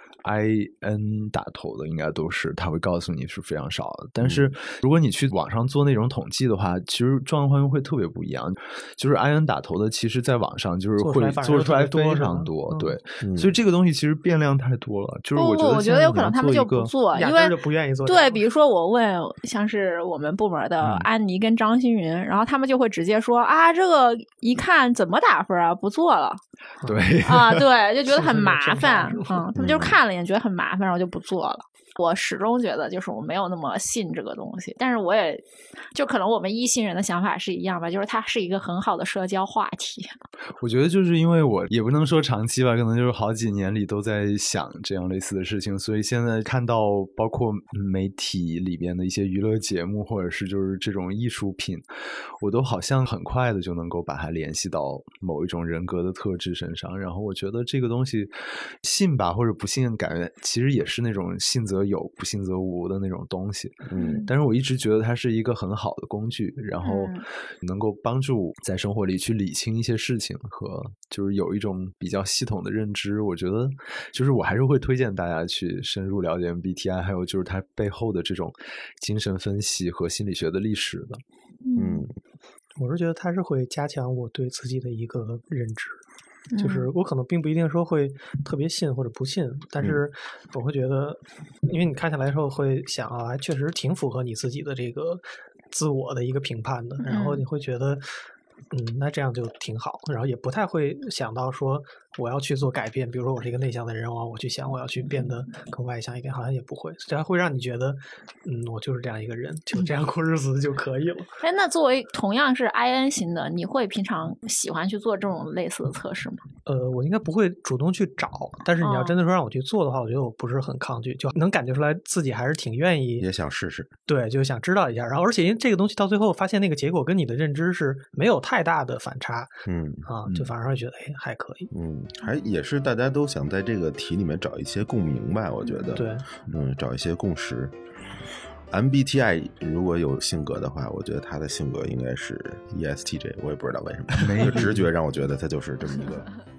I N 打头的应该都是，他会告诉你是非常少的。但是如果你去网上做那种统计的话，其实状况会特别不一样。就是 I N 打头的，其实在网上就是会做出来非常多， 嗯、 对、嗯。所以这个东西其实变量太多了。就是我觉得， 我觉得有可能他们就不做，因为就不愿意做。 对，比如说我问像是我们部门的安妮跟张馨云，嗯、然后他们就会直接说啊，这个一看怎么打分啊，不做了。 对啊，对，就觉得很麻烦，嗯，他们就看了一眼，觉得很麻烦，然后就不做了。我始终觉得，就是我没有那么信这个东西，但是我也就可能我们一星人的想法是一样吧，就是它是一个很好的社交话题。 我觉得就是因为我也不能说长期吧，可能就是好几年里都在想这样类似的事情，所以现在看到包括媒体里边的一些娱乐节目，或者是就是这种艺术品，我都好像很快的就能够把它联系到某一种人格的特质身上。然后我觉得这个东西信吧或者不信，感觉其实也是那种信则有不信则无的那种东西， 嗯， 但是我一直觉得它是一个很好的工具，然后能够帮助在生活里去理清一些事情和就是有一种比较系统的认知。我觉得就是我还是会推荐大家去深入了解 M B T I， 还有就是它背后的这种精神分析和心理学的历史的。 嗯， 我是觉得它是会加强我对自己的一个认知。就是我可能并不一定说会特别信或者不信，但是我会觉得，因为你看下来之后会想啊，确实挺符合你自己的这个自我的一个评判的，然后你会觉得，嗯，那这样就挺好，然后也不太会想到说我要去做改变，比如说我是一个内向的人啊，我去想我要去变得更外向一点，好像也不会，这样会让你觉得，嗯，我就是这样一个人，就这样过日子就可以了。 哎，那作为同样是 I N 型的，你会平常喜欢去做这种类似的测试吗？ 呃，我应该不会主动去找，但是你要真的说让我去做的话，哦、我觉得我不是很抗拒，就能感觉出来自己还是挺愿意， 也想试试。 对，就想知道一下。然后，而且因为这个东西到最后发现那个结果跟你的认知是没有太大的反差， 嗯啊，就反而会觉得哎还可以。 嗯，还也是大家都想在这个题里面找一些共鸣吧，我觉得。 对， 嗯，找一些共识。M B T I 如果有性格的话，我觉得他的性格应该是 E S T J， 我也不知道为什么，直觉让我觉得他就是这么一个